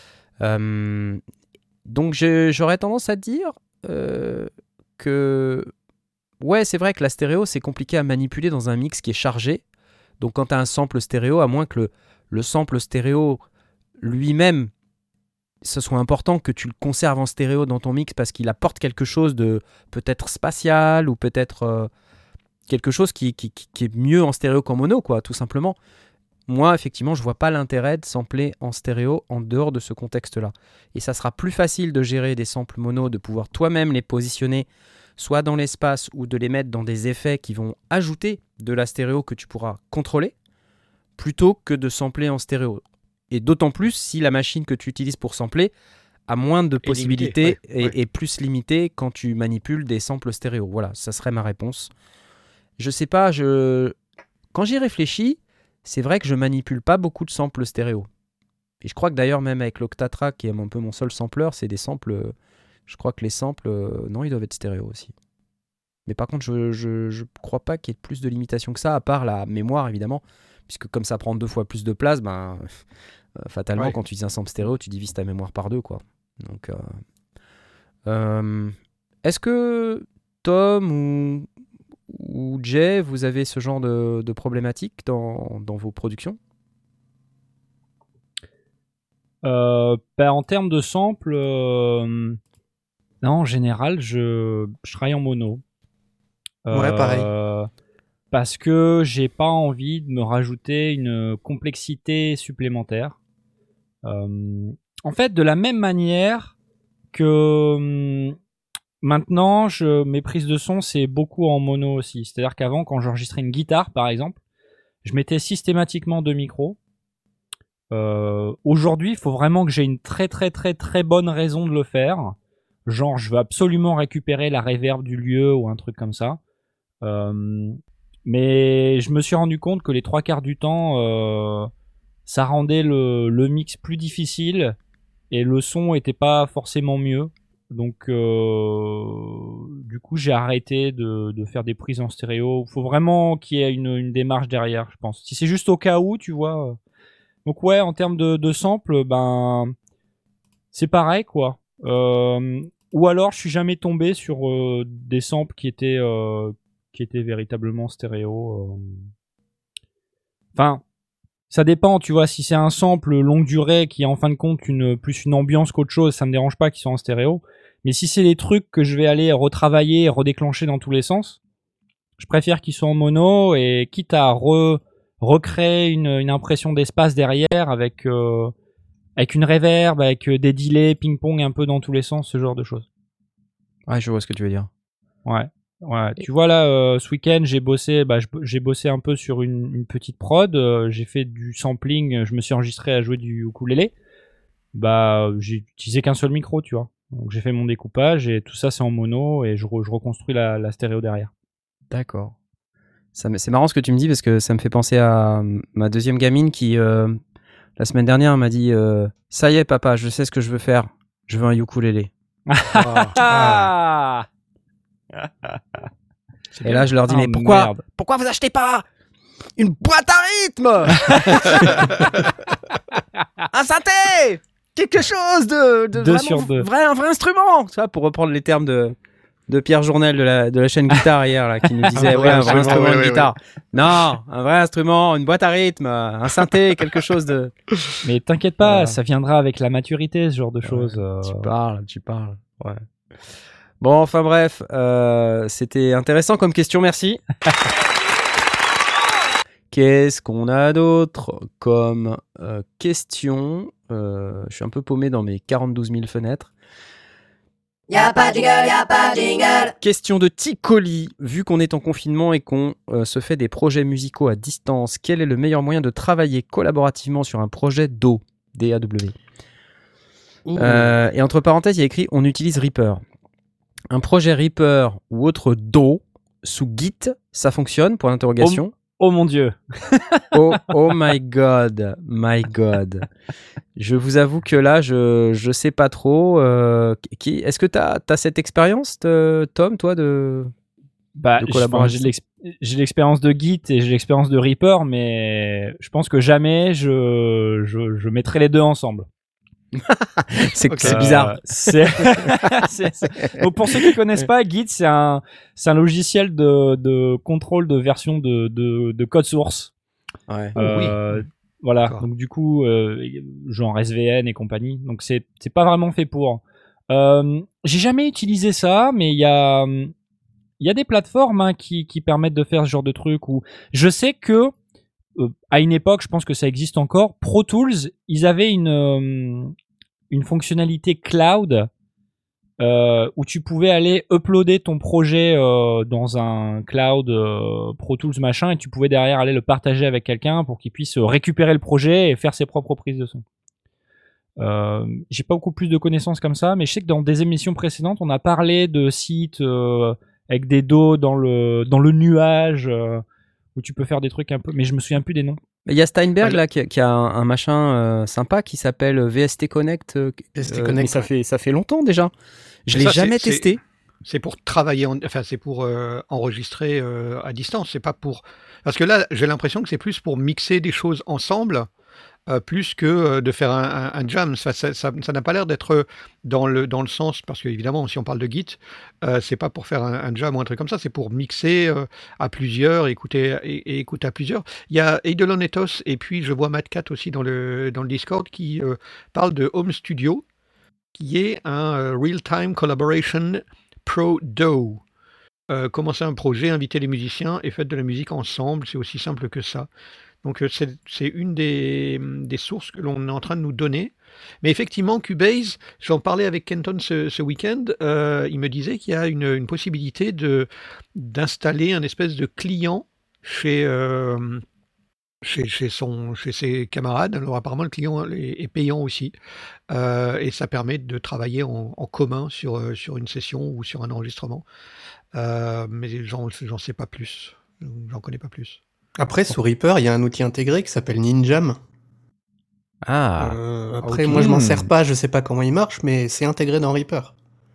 Euh, donc je- j'aurais tendance à dire euh, que ouais, c'est vrai que la stéréo, c'est compliqué à manipuler dans un mix qui est chargé. Donc quand tu as un sample stéréo, à moins que le, le sample stéréo lui-même, ce soit important que tu le conserves en stéréo dans ton mix parce qu'il apporte quelque chose de peut-être spatial ou peut-être euh, quelque chose qui, qui, qui- qui est mieux en stéréo qu'en mono, quoi, tout simplement. Moi, effectivement, je vois pas l'intérêt de sampler en stéréo en dehors de ce contexte-là. Et ça sera plus facile de gérer des samples mono, de pouvoir toi-même les positionner soit dans l'espace ou de les mettre dans des effets qui vont ajouter de la stéréo que tu pourras contrôler, plutôt que de sampler en stéréo. Et d'autant plus si la machine que tu utilises pour sampler a moins de Et possibilités limité, ouais, et ouais. est plus limitée quand tu manipules des samples stéréo. Voilà, ça serait ma réponse. Je sais pas, je... quand j'y réfléchis, c'est vrai que je manipule pas beaucoup de samples stéréo. Et je crois que d'ailleurs, même avec l'Octatrack, qui est un peu mon seul sampler, c'est des samples. euh, Je crois que les samples, euh, non, ils doivent être stéréo aussi. Mais par contre, je, je, je crois pas qu'il y ait plus de limitations que ça, à part la mémoire, évidemment. Puisque comme ça prend deux fois plus de place, ben, euh, fatalement, Ouais. quand tu utilises un sample stéréo, tu divises ta mémoire par deux, quoi. Donc, euh, euh, est-ce que Tom ou, ou Jay, vous avez ce genre de, de problématique dans, dans vos productions ? Euh, bah, en termes de sample, euh, non, en général, je, je travaille en mono. Ouais, pareil. Euh, Parce que j'ai pas envie de me rajouter une complexité supplémentaire. Euh, en fait, de la même manière que hum, maintenant, je, mes prises de son, c'est beaucoup en mono aussi. C'est-à-dire qu'avant, quand j'enregistrais une guitare, par exemple, je mettais systématiquement deux micros. Euh, aujourd'hui, il faut vraiment que j'ai une très très très très bonne raison de le faire. genre je veux absolument récupérer la reverb du lieu ou un truc comme ça. Euh, mais je me suis rendu compte que les trois quarts du temps, euh, ça rendait le, le mix plus difficile et le son était pas forcément mieux. Donc, euh, du coup, j'ai arrêté de, de faire des prises en stéréo. Il faut vraiment qu'il y ait une, une démarche derrière, je pense. Si c'est juste au cas où, tu vois. Donc, ouais, en termes de, de sample, ben, c'est pareil, quoi. Euh, ou alors, je suis jamais tombé sur euh, des samples qui étaient, euh, qui étaient véritablement stéréo. Euh. Enfin, ça dépend, tu vois. Si c'est un sample longue durée qui est en fin de compte une, plus une ambiance qu'autre chose, ça me dérange pas qu'ils soient en stéréo. Mais si c'est les trucs que je vais aller retravailler et redéclencher dans tous les sens, je préfère qu'ils soient en mono et quitte à re, recréer une, une impression d'espace derrière avec, euh, avec une reverb, avec des delays, ping-pong un peu dans tous les sens, ce genre de choses. Ouais, je vois ce que tu veux dire. Ouais. Ouais. Tu vois là, euh, ce week-end, j'ai bossé, bah, j'ai bossé un peu sur une, une petite prod. Euh, j'ai fait du sampling. Je me suis enregistré à jouer du ukulélé. Bah, j'ai utilisé qu'un seul micro, tu vois. Donc j'ai fait mon découpage et tout ça c'est en mono et je, re, je reconstruis la, la stéréo derrière. D'accord. Ça, c'est marrant ce que tu me dis parce que ça me fait penser à ma deuxième gamine qui, euh, la semaine dernière, m'a dit euh, « Ça y est papa, je sais ce que je veux faire. Je veux un ukulélé. » Ah. Et là je leur dis « Mais oh, pourquoi merde. Pourquoi vous achetez pas une boîte à rythme un synthé quelque chose de, de deux vraiment sur deux. Vrai, un vrai instrument, tu vois, pour reprendre les termes de, de Pierre Journel de la, de la chaîne Guitare hier, là, qui nous disait, ouais, un vrai instrument ouais, de ouais, guitare. Ouais. Non, un vrai instrument, une boîte à rythme, un synthé, quelque chose de... Mais t'inquiète pas, voilà. Ça viendra avec la maturité, ce genre de ouais, choses. Euh... Tu parles, tu parles, ouais. Bon, enfin bref, euh, c'était intéressant comme question, merci. Qu'est-ce qu'on a d'autre comme euh, question? euh, Je suis un peu paumé dans mes quarante-douze mille fenêtres. Y'a pas de jingle, y'a pas de jingle. Question de Ticoli. Vu qu'on est en confinement et qu'on euh, se fait des projets musicaux à distance, quel est le meilleur moyen de travailler collaborativement sur un projet D A W? D A W. Euh, et entre parenthèses, il y a écrit on utilise Reaper. Un projet Reaper ou autre D A W sous Git, ça fonctionne pour l'interrogation. Oh, oh mon Dieu. oh, oh my God, my God. Je vous avoue que là, je je sais pas trop. Euh, qui, est-ce que tu as cette expérience, Tom, toi, de, bah, de collaboration? J'ai l'expérience de Git et j'ai l'expérience de Reaper, mais je pense que jamais je, je, je mettrai les deux ensemble. c'est okay. bizarre. Euh, c'est... c'est, c'est... Donc pour ceux qui connaissent pas, Git c'est un c'est un logiciel de de contrôle de version de de, de code source. Ouais. Euh, oui. Voilà. D'accord. Donc du coup, euh, genre S V N et compagnie. Donc c'est c'est pas vraiment fait pour. Euh, j'ai jamais utilisé ça, mais il y a il y a des plateformes hein, qui qui permettent de faire ce genre de truc. Où je sais que Euh, à une époque, je pense que ça existe encore, Pro Tools, ils avaient une, euh, une fonctionnalité cloud euh, où tu pouvais aller uploader ton projet euh, dans un cloud euh, Pro Tools machin et tu pouvais derrière aller le partager avec quelqu'un pour qu'il puisse récupérer le projet et faire ses propres prises de son. Euh, j'ai pas beaucoup plus de connaissances comme ça, mais je sais que dans des émissions précédentes, on a parlé de sites euh, avec des dos dans le, dans le nuage euh, où tu peux faire des trucs un peu, mais je me souviens plus des noms. Il y a Steinberg là qui a, qui a un, un machin euh, sympa qui s'appelle V S T Connect. Euh, V S T Connect, mais ça ouais. fait ça fait longtemps déjà. Je l'ai jamais c'est, testé. C'est pour travailler, en, enfin c'est pour euh, enregistrer euh, à distance. C'est pas pour parce que là j'ai l'impression que c'est plus pour mixer des choses ensemble. Euh, plus que euh, de faire un, un, un jam. Ça, ça, ça, ça n'a pas l'air d'être dans le, dans le sens, parce qu'évidemment, si on parle de Git, euh, c'est pas pour faire un, un jam ou un truc comme ça, c'est pour mixer euh, à plusieurs, écouter, et, et écouter à plusieurs. Il y a Eidolon Ethos, et puis je vois Matt Cat aussi dans le, dans le Discord, qui euh, parle de Home Studio, qui est un euh, Real-Time Collaboration Pro D A W. Euh, commencer un projet, inviter les musiciens et faire de la musique ensemble, c'est aussi simple que ça. Donc c'est, c'est une des, des sources que l'on est en train de nous donner. Mais effectivement, Cubase, j'en parlais avec Kenton ce, ce week-end, euh, il me disait qu'il y a une, une possibilité de, d'installer un espèce de client chez, euh, chez, chez, son, chez ses camarades. Alors apparemment, le client est, est payant aussi. Euh, et ça permet de travailler en, en commun sur, euh, sur une session ou sur un enregistrement. Euh, mais j'en, j'en sais pas plus. J'en connais pas plus. Après, sous Reaper, il y a un outil intégré qui s'appelle Ninjam. Ah, Euh, après, ok. moi, je m'en Hmm. sers pas, je sais pas comment il marche, mais c'est intégré dans Reaper.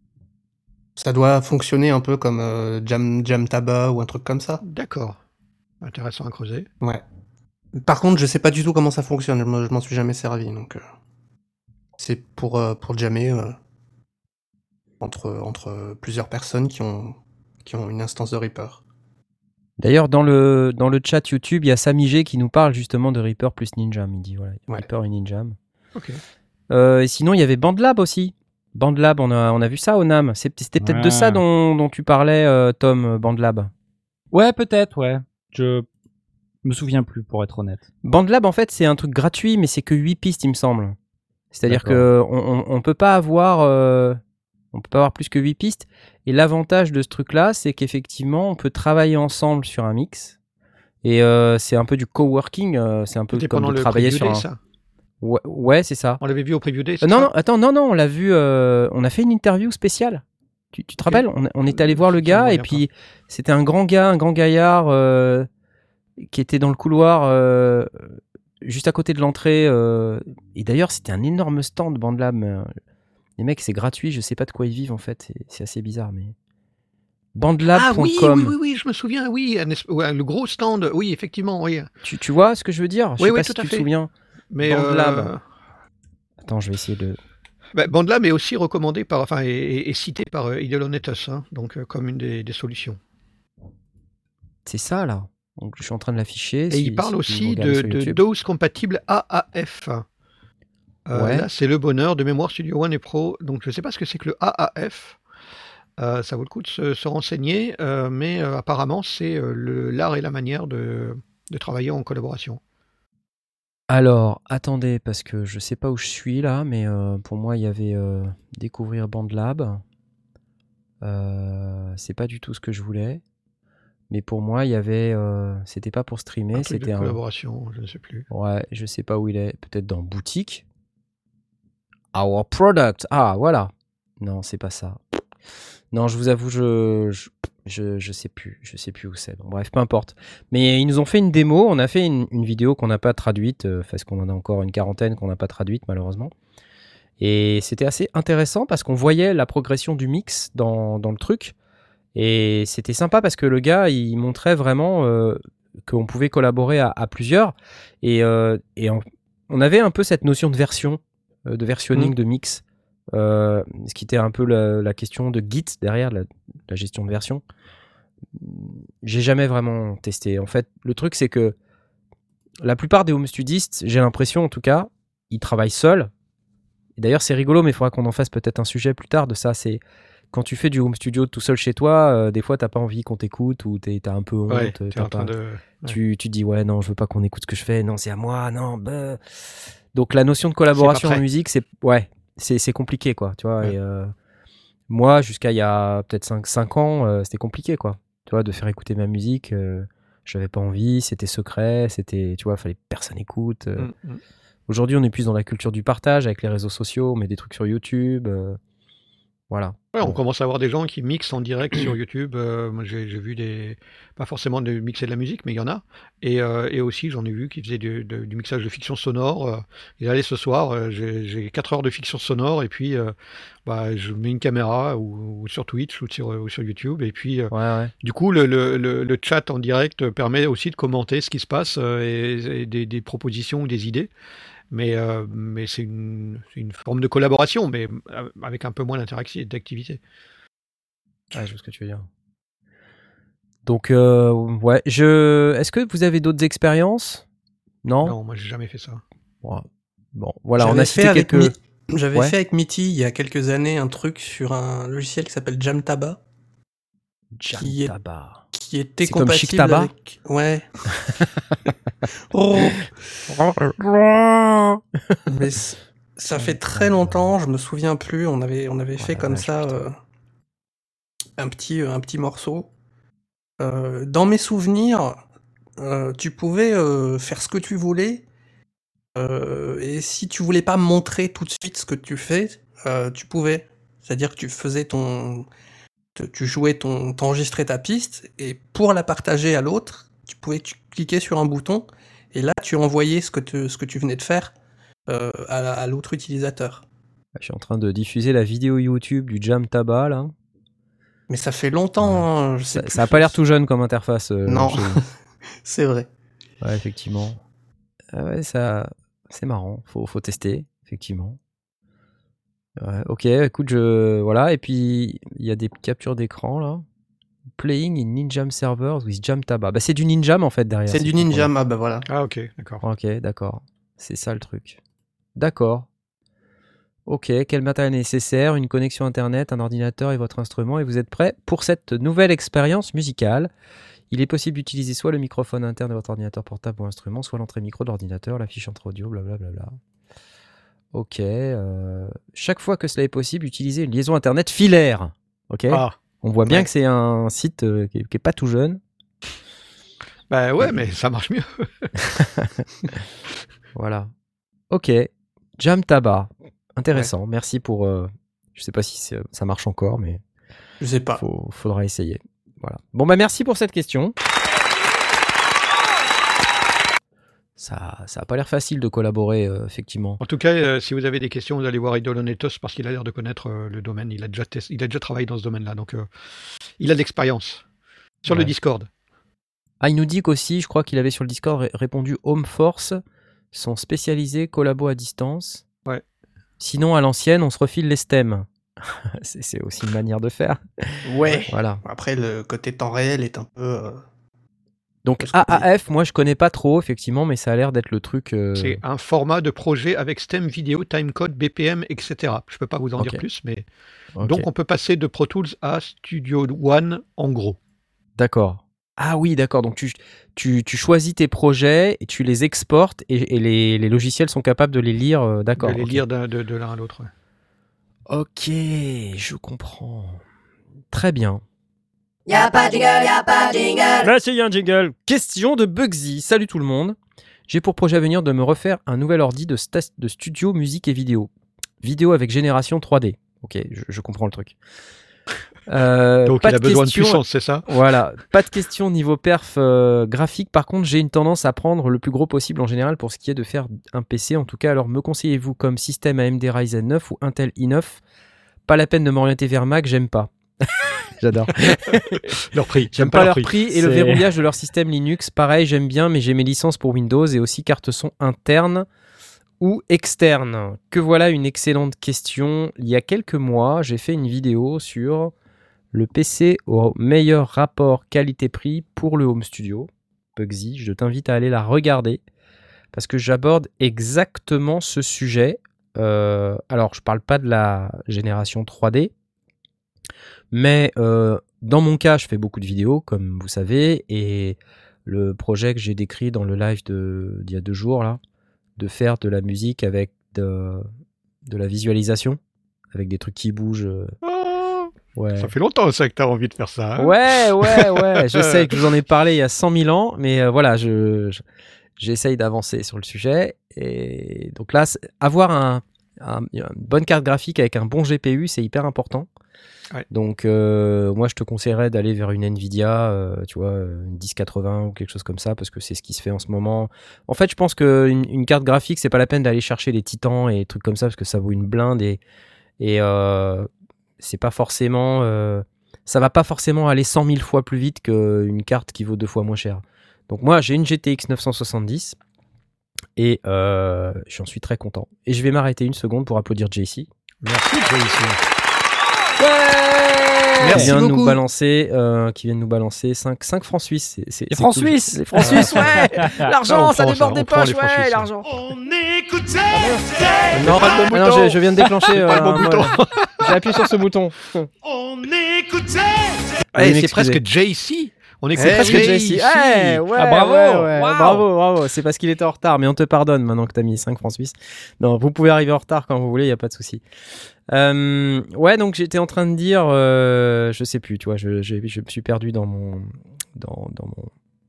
Ça doit fonctionner un peu comme euh, Jam, Jamtaba ou un truc comme ça. D'accord. Intéressant à creuser. Ouais. Par contre, je sais pas du tout comment ça fonctionne, je m'en, je m'en suis jamais servi, donc... euh, c'est pour, euh, pour jammer euh, entre, entre plusieurs personnes qui ont, qui ont une instance de Reaper. D'ailleurs, dans le, dans le chat YouTube, il y a Samy G qui nous parle justement de Reaper plus Ninjam. Il dit voilà, Ouais. Reaper et Ninjam. Ok. Euh, et sinon, il y avait BandLab aussi. BandLab, on a, on a vu ça au NAM. C'est- C'était peut-être de Ouais. ça dont, dont tu parlais, euh, Tom, BandLab. Ouais, peut-être, ouais. Je me souviens plus, pour être honnête. BandLab, en fait, c'est un truc gratuit, mais c'est que huit pistes, il me semble. C'est-à-dire D'accord. que on, on, on peut pas avoir, euh, on peut pas avoir plus que huit pistes. Et l'avantage de ce truc-là, c'est qu'effectivement, on peut travailler ensemble sur un mix. Et euh, c'est un peu du coworking. euh, c'est un peu C'était comme pendant de le travailler Preview sur Day, un. ça. Ouais, ouais, c'est ça. On l'avait vu au Preview Day, Euh, c'est non, ça non, attends, non, non, on l'a vu. euh, on a fait une interview spéciale. Tu, tu te Ok. rappelles on, on est allé voir le Ça me gars et revient puis c'était un grand gars, un grand gaillard euh, qui était dans le couloir euh, juste à côté de l'entrée. euh, et d'ailleurs, c'était un énorme stand BandLab. mais, euh, Les mecs, c'est gratuit. Je sais pas de quoi ils vivent en fait. C'est, c'est assez bizarre, mais bandlab Ah point oui, com. oui, oui, oui, je me souviens, oui, un esp- ouais, le gros stand, oui, effectivement, oui. Tu, tu vois ce que je veux dire Je Oui, sais oui, pas tout si à tu te fait. souviens. Mais BandLab. euh, Attends, je vais essayer de. bah, BandLab est aussi recommandé par, enfin, est, est- est cité par euh, Idealonetus, hein, donc euh, comme une des, des solutions. C'est ça là. Donc je suis en train de l'afficher. Et si- il parle si vous aussi regardez de, sur de YouTube. dose compatible A A F. Euh, Ouais. Là, c'est le bonheur de Mémoire Studio One et Pro. Donc, je ne sais pas ce que c'est que le A A F. Euh, ça vaut le coup de se, se renseigner, euh, mais euh, apparemment, c'est euh, le- l'art et la manière de, de travailler en collaboration. Alors, attendez, parce que je sais pas où je suis là, mais euh, pour moi, il y avait euh, découvrir BandLab. Euh, c'est pas du tout ce que je voulais. Mais pour moi, il y avait. euh, c'était pas pour Un streamer, truc c'était de un. collaboration, je ne sais plus. Ouais, je sais pas où il est. Peut-être dans boutique. Our product. Ah, voilà. Non, c'est pas ça. Non, je vous avoue, je, je, je, je sais plus. Je sais plus où c'est. Bon, bref, peu importe. Mais ils nous ont fait une démo. On a fait une, une vidéo qu'on n'a pas traduite, euh, parce qu'on en a encore une quarantaine qu'on n'a pas traduite, malheureusement. Et c'était assez intéressant parce qu'on voyait la progression du mix dans, dans le truc. Et c'était sympa parce que le gars, il montrait vraiment euh, qu'on pouvait collaborer à, à plusieurs. Et, euh, et on, on avait un peu cette notion de version, euh, de versionning, Mm. de mix. Euh, ce qui était un peu la, la question de Git derrière, la, la gestion de version. J'ai jamais vraiment testé. En fait, le truc, c'est que la plupart des home studistes, j'ai l'impression en tout cas, ils travaillent seuls. Et d'ailleurs, c'est rigolo, mais il faudra qu'on en fasse peut-être un sujet plus tard de ça. C'est quand tu fais du home studio tout seul chez toi, euh, des fois, t'as pas envie qu'on t'écoute ou t'es- t'as un peu honte. Ouais, t'as t'es en train pas- de... ouais. tu, tu te dis, ouais, non, je veux pas qu'on écoute ce que je fais. Non, c'est à moi. Non, bah. Donc, la notion de collaboration C'est pas en prêt. musique, c'est ouais, c'est c'est compliqué, quoi. Tu vois. Ouais. Et, euh, moi, jusqu'à il y a peut-être cinq ans, euh, c'était compliqué, quoi. Tu vois, de faire écouter ma musique. Euh, j'avais pas envie, c'était secret, c'était, tu vois, fallait que personne écoute. euh. Mm, mm. Aujourd'hui, on est plus dans la culture du partage avec les réseaux sociaux, on met des trucs sur YouTube. euh, voilà. Ouais, on Bon. commence à avoir des gens qui mixent en direct sur YouTube. Euh, moi, j'ai j'ai vu des, pas forcément de mixer de la musique, mais il y en a. Et, euh, et aussi, j'en ai vu qui faisaient du, de- du mixage de fiction sonore. Euh, et allez, ce soir, euh, j'ai j'ai quatre heures de fiction sonore, et puis euh, bah, je mets une caméra ou, ou sur Twitch ou sur, ou sur YouTube. Et puis, euh, Ouais, ouais. du coup, le, le, le, le chat en direct permet aussi de commenter ce qui se passe euh, et, et des, des propositions ou des idées. Mais, euh, mais c'est une, c'est une forme de collaboration, mais euh, avec un peu moins d'interacti- d'activité. Ouais, je vois ce que tu veux dire. Donc, euh, ouais, je. Est-ce que vous avez d'autres expériences? Non. Non, moi j'ai jamais fait ça. Ouais. Bon, voilà, on J'avais a fait cité avec quelques. Mi- J'avais Ouais. fait avec Mitty il y a quelques années un truc sur un logiciel qui s'appelle Jamtaba, qui est- Jamtaba. qui était C'est comme Chic compatible Tabac avec... Ouais. Oh, mais c- ça fait très longtemps, je me souviens plus, on avait, on avait Oh fait la comme vache, ça putain. euh, un, petit, un petit morceau. Euh, dans mes souvenirs, euh, tu pouvais euh, faire ce que tu voulais. Euh, et si tu voulais pas montrer tout de suite ce que tu fais, euh, tu pouvais. C'est-à-dire que tu faisais ton, te- tu jouais ton, t'enregistrais ta piste et pour la partager à l'autre, tu pouvais tu cliquer sur un bouton et là tu envoyais ce que tu, ce que tu venais de faire euh, à, la- à l'autre utilisateur. Je suis en train de diffuser la vidéo YouTube du Jam Tabac là. Mais ça fait longtemps, hein, je sais Ça, plus. ça a pas l'air tout jeune comme interface. euh, Non, chez vous. c'est vrai. Ouais, effectivement. Ah ouais, ça, c'est marrant. Faut, faut tester, effectivement. Ouais, ok, écoute, je voilà. Et puis il y a des captures d'écran là. Playing in Ninjam servers with Jam Tabac. Bah c'est du Ninjam en fait derrière. C'est si du je comprends Ninja, ah bah voilà. Ah, ok, d'accord. bien. Ok, d'accord. C'est ça le truc. D'accord. Ok, quel matériel est nécessaire? Une connexion internet, un ordinateur et votre instrument, et vous êtes prêt pour cette nouvelle expérience musicale. Il est possible d'utiliser soit le microphone interne de votre ordinateur portable ou instrument, soit l'entrée micro de l'ordinateur, la fiche entre audio, blablabla. Ok. euh, Chaque fois que cela est possible, utilisez une liaison internet filaire. Ok. Ah, On voit bien ouais. que c'est un site euh, qui, est, qui est pas tout jeune. bah ouais, mais ça marche mieux. Voilà. Ok. Jam Tabac. Intéressant. Merci pour. euh, Je sais pas si c'est- ça marche encore, mais Je sais pas. faut, faudra essayer. Voilà. Bon bah merci pour cette question. Ça, ça a pas l'air facile de collaborer, euh, effectivement. En tout cas, euh, si vous avez des questions, vous allez voir Idolonetos parce qu'il a l'air de connaître euh, le domaine. Il a, déjà test- il a déjà travaillé dans ce domaine-là, donc euh, il a de l'expérience. Sur Ouais. le Discord. Ah, il nous dit qu'aussi, je crois qu'il avait sur le Discord ré- répondu Home Force, sont spécialisés collabo à distance. Ouais. Sinon, à l'ancienne, on se refile les stems. c'est, c'est aussi une manière de faire. Ouais. Voilà. Après, le côté temps réel est un peu. euh, Donc Qu'est-ce qu'on A A F, moi je connais pas trop, effectivement, mais ça a l'air d'être le truc. euh, C'est un format de projet avec stem, vidéo, timecode, B P M, et cetera. Je peux pas vous en Ok. dire plus, mais ok. donc on peut passer de Pro Tools à Studio One en gros. D'accord. Ah oui, d'accord. Donc tu, tu, tu choisis tes projets et tu les exportes et, et les, les logiciels sont capables de les lire. euh, d'accord. de les ok. lire d'un- de, de l'un à l'autre. ouais. Ok, je comprends. Très bien. Y'a pas de jingle, y'a pas de jingle. Là, c'est y a un jingle. Question de Bugsy. Salut tout le monde. J'ai pour projet à venir de me refaire un nouvel ordi de, sta- de studio musique et vidéo. Vidéo avec génération trois D. Ok, je, je comprends le truc. Euh, Donc pas il a de besoin question- de puissance, c'est ça? Voilà, pas de question niveau perf euh, graphique. Par contre, j'ai une tendance à prendre le plus gros possible en général pour ce qui est de faire un P C. En tout cas, alors me conseillez-vous comme système A M D Ryzen neuf ou Intel i neuf? Pas la peine de m'orienter vers Mac, j'aime pas. J'adore. Leur prix. J'aime pas, leur prix, et le C'est- verrouillage de leur système Linux. Pareil, j'aime bien, mais j'ai mes licences pour Windows et aussi carte son interne ou externe. Que voilà une excellente question. Il y a quelques mois, j'ai fait une vidéo sur le P C au meilleur rapport qualité-prix pour le home studio. Bugsy, je t'invite à aller la regarder parce que j'aborde exactement ce sujet. Euh, alors, je parle pas de la génération trois D, mais euh, dans mon cas, je fais beaucoup de vidéos, comme vous savez, et le projet que j'ai décrit dans le live de, d'il y a deux jours, là, de faire de la musique avec de, de la visualisation, avec des trucs qui bougent. euh, Oh, ouais. ça fait longtemps ça que tu as envie de faire ça. hein. Ouais, ouais, ouais. Je sais que je vous en ai parlé il y a cent mille ans, mais euh, voilà, je, je- j'essaye d'avancer sur le sujet. Et donc là, c'est- avoir un, un- une bonne carte graphique avec un bon G P U, c'est hyper important. Ouais. Donc, euh, moi, je te conseillerais d'aller vers une Nvidia, euh, tu vois, une dix quatre-vingts ou quelque chose comme ça, parce que c'est ce qui se fait en ce moment. En fait, je pense qu'une une carte graphique, c'est pas la peine d'aller chercher les titans et des trucs comme ça, parce que ça vaut une blinde et, et euh, c'est pas forcément. euh, ça va pas forcément aller cent mille fois plus vite qu'une carte qui vaut deux fois moins cher. Donc, moi, j'ai une G T X neuf cent soixante-dix et euh, j'en suis très content. Et je vais m'arrêter une seconde pour applaudir J C. Merci J C. Qui Merci vient de nous beaucoup. balancer, euh, qui vient de nous balancer cinq, cinq francs suisses. C'est, c'est, Les c'est francs cool. suisses. Les francs suisses, ouais. L'argent, on ça prend déborde ça, des on prend poches, les francs ouais, suisses. l'argent. On écoutait Non, pas le bon ah non, bouton. je, je viens de déclencher. pas le bon euh, bouton. moi, j'ai appuyé sur ce bouton. On écoutait Allez, Eh, c'est m'excuser. presque J C. On écoute Eh, Presque oui, J C. J C. Ouais, ouais, Ah, bravo. ouais, ouais. Waouh. Bravo, bravo. C'est parce qu'il était en retard, mais on te pardonne maintenant que t'as mis cinq francs suisses. Non, vous pouvez arriver en retard quand vous voulez, il n'y a pas de souci. Euh, ouais, donc j'étais en train de dire, euh, je sais plus, tu vois, je, je, je me suis perdu dans mon, dans, dans mon,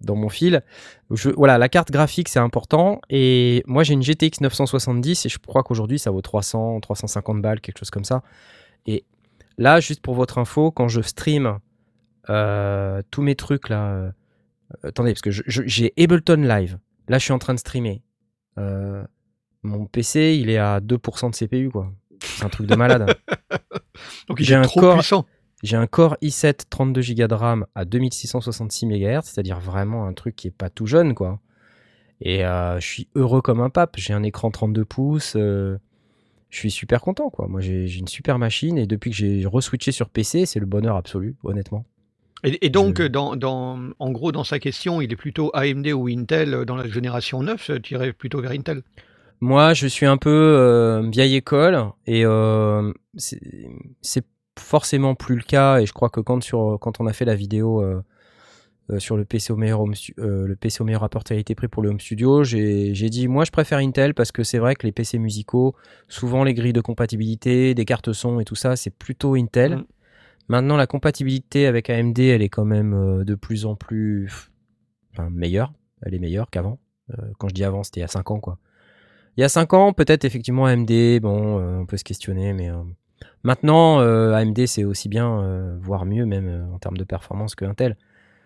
dans mon fil. Je, voilà, la carte graphique, c'est important. Et moi, j'ai une G T X neuf cent soixante-dix et je crois qu'aujourd'hui, ça vaut trois cents, trois cent cinquante balles, quelque chose comme ça. Et là, juste pour votre info, quand je stream euh, tous mes trucs, là... Euh, attendez, parce que je, je, j'ai Ableton Live. Là, je suis en train de streamer. Euh, mon P C, il est à deux pour cent de C P U, quoi. C'est un truc de malade. Donc il J'ai est un trop corps- puissant. J'ai un Core i sept trente-deux giga de RAM à deux mille six cent soixante-six mégahertz, c'est-à-dire vraiment un truc qui est pas tout jeune, quoi. Et euh, je suis heureux comme un pape. J'ai un écran trente-deux pouces. Euh, je suis super content, quoi. Moi, j'ai, j'ai une super machine et depuis que j'ai re-switché sur P C, c'est le bonheur absolu, honnêtement. Et, et donc, Je- dans, dans, en gros, dans sa question, il est plutôt A M D ou Intel euh, dans la génération neuf, tu irais plutôt vers Intel. Moi, je suis un peu euh, vieille école et euh, c'est, c'est forcément plus le cas. Et je crois que quand, sur, quand on a fait la vidéo euh, euh, sur le P C au meilleur, home stu- euh, le P C au meilleur rapport qualité-prix pour le home studio, j'ai, j'ai dit moi je préfère Intel parce que c'est vrai que les P C musicaux, souvent les grilles de compatibilité, des cartes son et tout ça, c'est plutôt Intel. Mm. Maintenant, la compatibilité avec A M D, elle est quand même euh, de plus en plus enfin, meilleure. Elle est meilleure qu'avant. Euh, quand je dis avant, c'était il y a cinq ans, quoi. Il y a cinq ans, peut-être effectivement A M D, bon, euh, on peut se questionner, mais euh, maintenant, euh, A M D, c'est aussi bien, euh, voire mieux même euh, en termes de performance que Intel.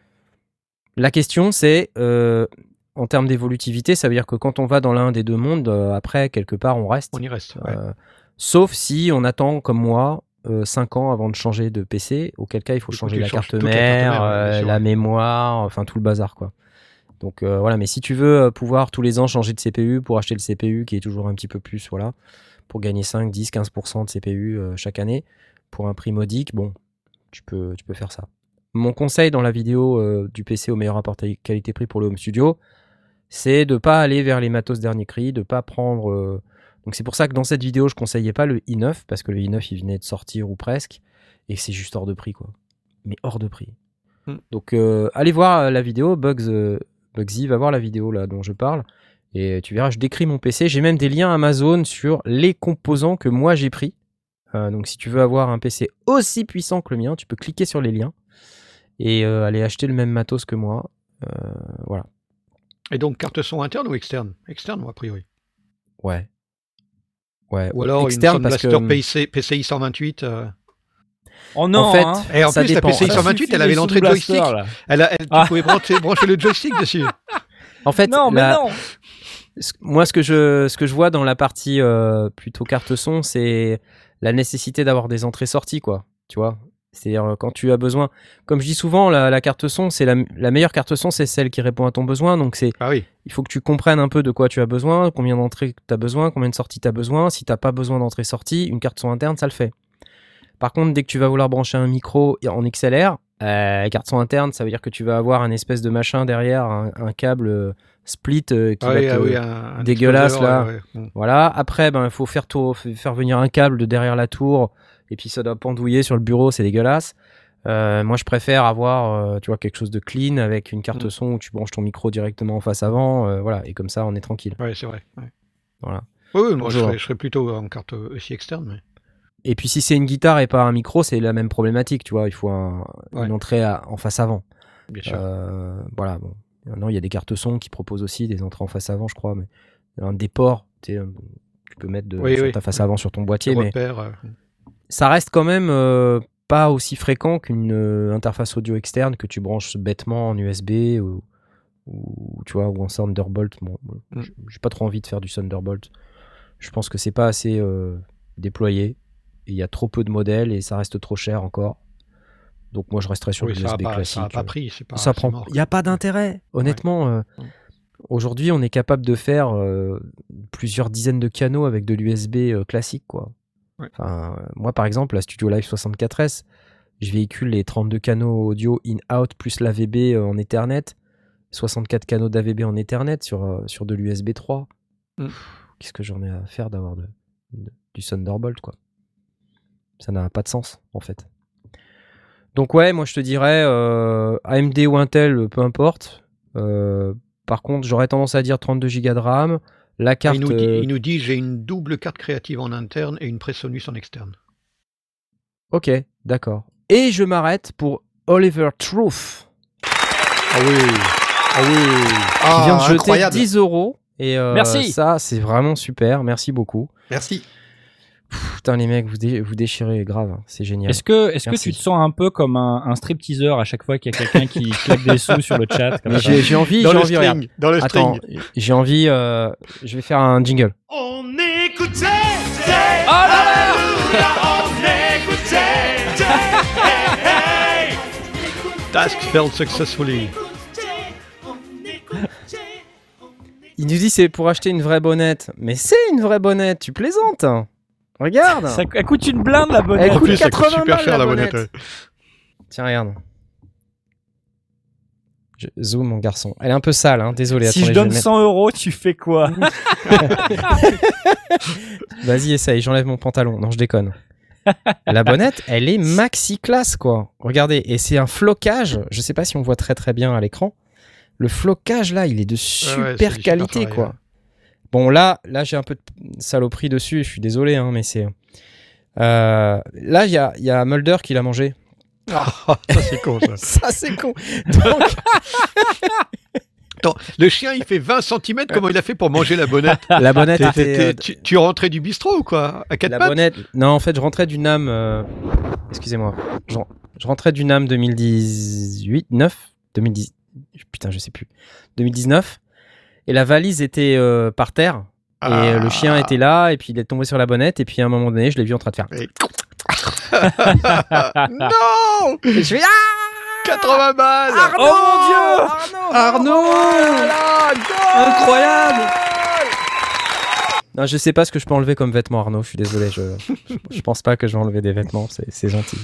La question, c'est, euh, en termes d'évolutivité, ça veut dire que quand on va dans l'un des deux mondes, euh, après, quelque part, on reste. On y reste. Ouais. Euh, sauf si on attend, comme moi, euh, cinq ans avant de changer de P C, auquel cas il faut Du coup, changer tu la changes carte toute la carte mère, mère, ouais, bien euh, sûr, la ouais. mémoire, enfin tout le bazar, quoi. Donc euh, voilà, mais si tu veux euh, pouvoir tous les ans changer de C P U pour acheter le C P U qui est toujours un petit peu plus, voilà, pour gagner cinq, dix, quinze pour cent de C P U euh, chaque année pour un prix modique, bon, tu peux, tu peux faire ça. Mon conseil dans la vidéo euh, du P C au meilleur rapport qualité-prix pour le home studio, c'est de pas aller vers les matos dernier cri, de pas prendre. euh, Donc c'est pour ça que dans cette vidéo, je conseillais pas le i neuf parce que le i neuf il venait de sortir ou presque et c'est juste hors de prix, quoi. Mais hors de prix. Hmm. Donc euh, allez voir euh, la vidéo, Bugs, euh, Bugsy va voir la vidéo là dont je parle et tu verras, je décris mon P C. J'ai même des liens Amazon sur les composants que moi j'ai pris. Euh, donc si tu veux avoir un P C aussi puissant que le mien, tu peux cliquer sur les liens et euh, aller acheter le même matos que moi. Euh, voilà. Et donc, carte son interne ou externe? Externe, ou a priori. Ouais. Ouais. Ou alors externe une parce Sound que Blaster P C, P C I cent vingt-huit. euh, Oh non, en fait, hein. Et en ça plus, dépend. la P C I cent vingt-huit, elle avait l'entrée de joystick. Elle a, elle, tu Ah. pouvais brancher, brancher le joystick dessus. En fait, Non, mais la- non. ce- moi, ce que je, ce que je vois dans la partie euh, plutôt carte son, c'est la nécessité d'avoir des entrées-sorties, quoi. Tu vois, c'est-à-dire euh, quand tu as besoin, comme je dis souvent, la, la carte son, c'est la, la meilleure carte son, c'est celle qui répond à ton besoin. Donc c'est, Ah oui. il faut que tu comprennes un peu de quoi tu as besoin, combien d'entrées tu as besoin, combien de sorties tu as besoin. Si tu n'as pas besoin d'entrée-sortie, une carte son interne, ça le fait. Par contre, dès que tu vas vouloir brancher un micro en X L R, euh, carte son interne, ça veut dire que tu vas avoir un espèce de machin derrière, un, un câble euh, split euh, qui Ah va oui, te... ah oui, un, un dégueulasse, exposeur, là. ouais, ouais. Mm. Voilà. Après, ben, il faut faire, tour- faire venir un câble de derrière la tour et puis ça doit pendouiller sur le bureau, c'est dégueulasse. Euh, moi, je préfère avoir euh, tu vois, quelque chose de clean avec une carte Mm. son où tu branches ton micro directement en face avant. euh, voilà. Et comme ça, on est tranquille. Ouais, c'est vrai. Ouais. Voilà. Oui, oui, moi, je Bonjour. serais, je serais plutôt en carte aussi externe. Mais... Et puis, si c'est une guitare et pas un micro, c'est la même problématique. Tu vois, il faut un- Ouais. une entrée à- en face avant. Bien sûr. Euh, voilà. Bon. Maintenant, il y a des cartes son qui proposent aussi des entrées en face avant, je crois. Mais un des ports, tu sais, tu peux mettre de, Oui, sur oui. ta face Ouais. avant sur ton boîtier. Des Mais repères, euh, ça reste quand même euh, pas aussi fréquent qu'une euh, interface audio externe que tu branches bêtement en U S B ou, ou tu vois ou en Thunderbolt. Bon, Mm. j- j'ai pas trop envie de faire du Thunderbolt. Je pense que c'est pas assez euh, déployé. Il y a trop peu de modèles et ça reste trop cher encore. Donc moi je resterai sur oui, le ça U S n'a B pas, classique. ça a pas pris. C'est pas, Ça c'est prend. mort, Il n'y a pas d'intérêt, honnêtement. euh, Mm. Aujourd'hui, on est capable de faire euh, plusieurs dizaines de canaux avec de l'U S B euh, classique, quoi. Ouais. Enfin, euh, moi, par exemple, la Studio Live soixante-quatre S, je véhicule les trente-deux canaux audio in-out plus l'A V B euh, en Ethernet, soixante-quatre canaux d'A V B en Ethernet sur, euh, sur de l'U S B trois. Mm. Pff, Qu'est-ce que j'en ai à faire d'avoir de, de- du Thunderbolt, quoi. Ça n'a pas de sens, en fait. Donc ouais, moi je te dirais euh, A M D ou Intel, peu importe. Euh, par contre, j'aurais tendance à dire trente-deux giga de RAM. La carte. il, nous dit, euh, il nous dit j'ai une double carte créative en interne et une Presonus en externe. Ok, d'accord. Et je m'arrête pour Oliver Truth. Ah oui. Ah oui. qui vient de Ah, jeter incroyable. dix euros. Et euh, Merci. ça, c'est vraiment super. Merci beaucoup. Merci. Putain, les mecs, vous, dé- vous déchirez grave. hein. C'est génial. Est-ce que, est-ce que Merci. tu te sens un peu comme un, un stripteaseur à chaque fois qu'il y a quelqu'un qui claque des sous sur le chat comme Mais ça j'ai, j'ai envie, Dans j'ai le envie, regarde. string. Dans le Attends, string. j'ai envie. euh, je vais faire un jingle. On écoutait. Oh là là Alléluia, on écoutait. Hey, hey. Task failed successfully. Il nous dit c'est pour acheter une vraie bonnette. Mais c'est une vraie bonnette. Tu plaisantes. Regarde. Ça elle coûte une blinde la bonne. Elle En coûte plus, ça coûte quatre-vingts super balles, cher la la bonnette. bonnette. Tiens, regarde. Je zoom, mon garçon. Elle est un peu sale, hein. Désolé. Si attendez, je donne vais mettre- cent euros, tu fais quoi? Vas-y, essaye. J'enlève mon pantalon. Non, je déconne. La bonnette, elle est maxi classe, quoi. Regardez, et c'est un flocage. Je sais pas si on voit très très bien à l'écran. Le flocage là, il est de super ouais, c'est du super qualité, travail, quoi. ouais. Bon, là, là, j'ai un peu de saloperie dessus. Je suis désolé, hein, mais c'est. Euh, là, il y a, il y a Mulder qui l'a mangé. Ah, ça c'est con ça. Ça, c'est con. Donc, Attends, le chien il fait vingt centimètres, comment il a fait pour manger la bonnette? la bonnette T'es- était. t'es- euh, tu, tu rentrais du bistrot ou quoi? À quatre La pattes? bonnette. Non, en fait, je rentrais du NAM. euh, Excusez-moi. Je, je rentrais du NAM deux mille dix-huit, neuf, deux mille dix. Putain, je sais plus. deux mille dix-neuf. Et la valise était euh, par terre. Et euh, le chien était là. Et puis il est tombé sur la bonnette. Et puis à un moment donné, je l'ai vu en train de faire. Et- Non, Et je fais quatre-vingts balles. Arnaud, Oh mon Dieu Arnaud, Arnaud oh là là, goal Incroyable. Non, je sais pas ce que je peux enlever comme vêtements, Arnaud. Je suis désolé. Je, je, je pense pas que je vais enlever des vêtements. C'est, c'est gentil.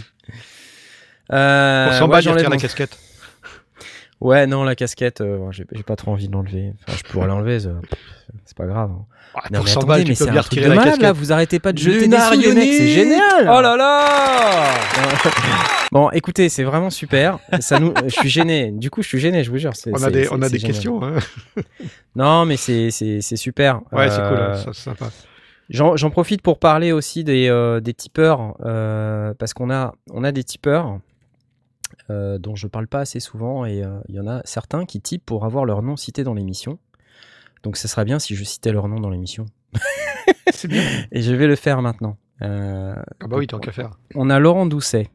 Euh, On s'en ouais, bat, il j'enlève retire la mon- casquette. Ouais, non, la casquette, euh, ouais, j'ai, j'ai pas trop envie de l'enlever. Enfin, je pourrais l'enlever, ça- c'est pas grave. hein. Ah, Non, pour mais cent attendez, balles, mais tu peux c'est bien un truc retirer de la malade, casquette. là. Vous arrêtez pas de jeter Lunar des sous, les mecs, Ionic. c'est génial. Oh là là. Bon, écoutez, c'est vraiment super. Ça nous, je suis gêné. Du coup, je suis gêné, je vous jure. C'est, On c'est- a des, c'est- on a c'est des génial. questions. Hein. Non, mais c'est, c'est, c'est super. Ouais, c'est cool. Euh, hein, ça, c'est sympa. J'en, j'en profite pour parler aussi des, euh, des tipeurs, euh, parce qu'on a, on a des tipeurs euh, dont je parle pas assez souvent, et euh, il y en a certains qui typent pour avoir leur nom cité dans l'émission. Donc, ce serait bien si je citais leur nom dans l'émission. C'est bien. Et je vais le faire maintenant. Euh, Ah bah oui, tant qu'à faire. on a Laurent Doucet.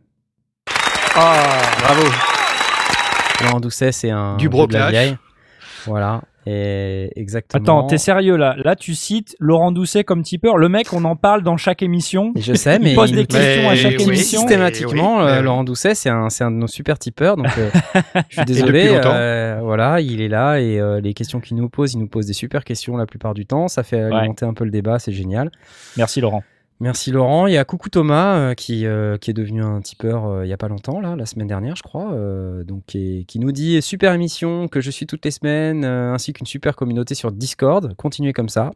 Ah, bravo. Laurent Doucet, c'est un Du vieux de la broclash. vieille. Voilà. Et exactement. Attends, t'es sérieux là? Là, tu cites Laurent Doucet comme tipeur. Le mec, on en parle dans chaque émission. Je sais, mais Il pose il- des questions à Mais chaque oui, émission. systématiquement, oui, euh, mais Laurent Doucet, c'est un, c'est un de nos super tipeurs. Donc, euh, je suis depuis désolé. longtemps. euh, voilà, il est là et euh, les questions qu'il nous pose, il nous pose des super questions la plupart du temps. Ça fait alimenter un peu le débat, c'est génial. Merci Laurent. Merci Laurent. Il y a Coucou Thomas euh, qui, euh, qui est devenu un tipeur euh, il y a pas longtemps, là, la semaine dernière, je crois. euh, donc, qui, qui nous dit super émission que je suis toutes les semaines, euh, ainsi qu'une super communauté sur Discord. Continuez comme ça.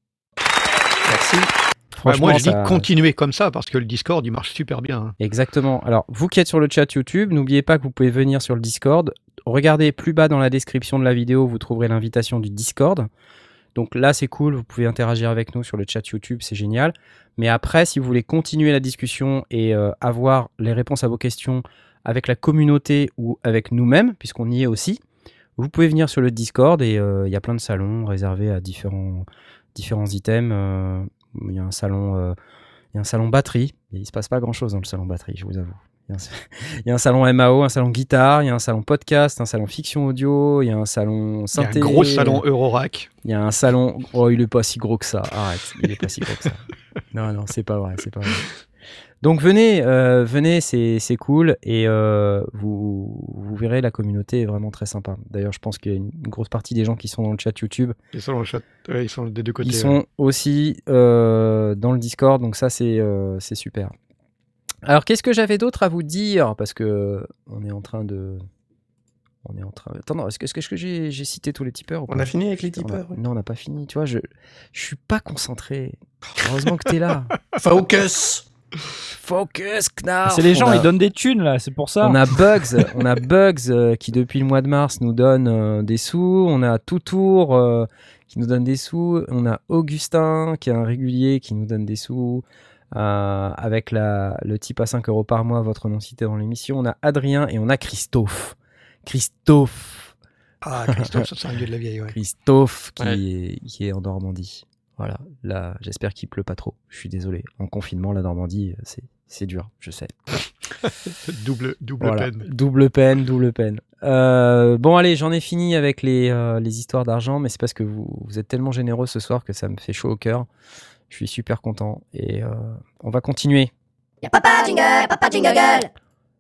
Merci. Ouais, Franchement, moi, je dis ça- continuez comme ça parce que le Discord, il marche super bien. hein. Exactement. Alors, vous qui êtes sur le chat YouTube, n'oubliez pas que vous pouvez venir sur le Discord. Regardez plus bas dans la description de la vidéo, vous trouverez l'invitation du Discord. Donc là, c'est cool, vous pouvez interagir avec nous sur le chat YouTube, c'est génial. Mais après, si vous voulez continuer la discussion et euh, avoir les réponses à vos questions avec la communauté ou avec nous-mêmes, puisqu'on y est aussi, vous pouvez venir sur le Discord et euh, il y a plein de salons réservés à différents, différents items. Euh, Il y a un salon, euh, il y a un salon batterie. Et il se passe pas grand-chose dans le salon batterie, je vous avoue. Il y a un, il y a un salon M A O, un salon guitare, il y a un salon podcast, un salon fiction audio, il y a un salon Il y a synthé. un gros salon Eurorack. Il y a un salon. Oh, il est pas si gros que ça. Arrête, il est pas si gros que ça. Non, non, c'est pas vrai, c'est pas vrai. Donc venez, euh, venez, c'est, c'est cool et euh, vous, vous verrez, la communauté est vraiment très sympa. D'ailleurs, je pense qu'il y a une grosse partie des gens qui sont dans le chat YouTube, Ils sont, dans le chat- ouais, ils sont des deux côtés. ils ouais. sont aussi euh, dans le Discord, donc ça c'est, euh, c'est super. Alors qu'est-ce que j'avais d'autre à vous dire, parce que on est en train de, on est en train. Attends, non, est-ce que, est-ce que, est-ce que j'ai, j'ai cité tous les tipeurs ou On pas a fini avec les On a- tipeurs. ouais. Non, on n'a pas fini. Tu vois, je, je suis pas concentré. Heureusement que t'es là. Focus. Focus, Knarf. C'est les gens, On a- ils donnent des thunes là, c'est pour ça. On a Bugs, on a Bugs euh, qui depuis le mois de mars nous donne euh, des sous. On a Toutour euh, qui nous donne des sous. On a Augustin qui est un régulier qui nous donne des sous. Euh, avec la, le type à cinq euros par mois, votre nom cité dans l'émission. On a Adrien et on a Christophe. Christophe. Ah, Christophe, ça c'est un vieux de la vieille, ouais. Christophe qui, Ouais. est, qui est en Normandie. Voilà, là, j'espère qu'il pleut pas trop. Je suis désolé. En confinement, la Normandie, c'est, c'est dur, je sais. double double Voilà. peine. Double peine, double peine. Euh, bon, allez, j'en ai fini avec les, euh, les histoires d'argent, mais c'est parce que vous, vous êtes tellement généreux ce soir que ça me fait chaud au cœur. Je suis super content et euh, on va continuer. Y'a papa jingle, papa jingle gueule.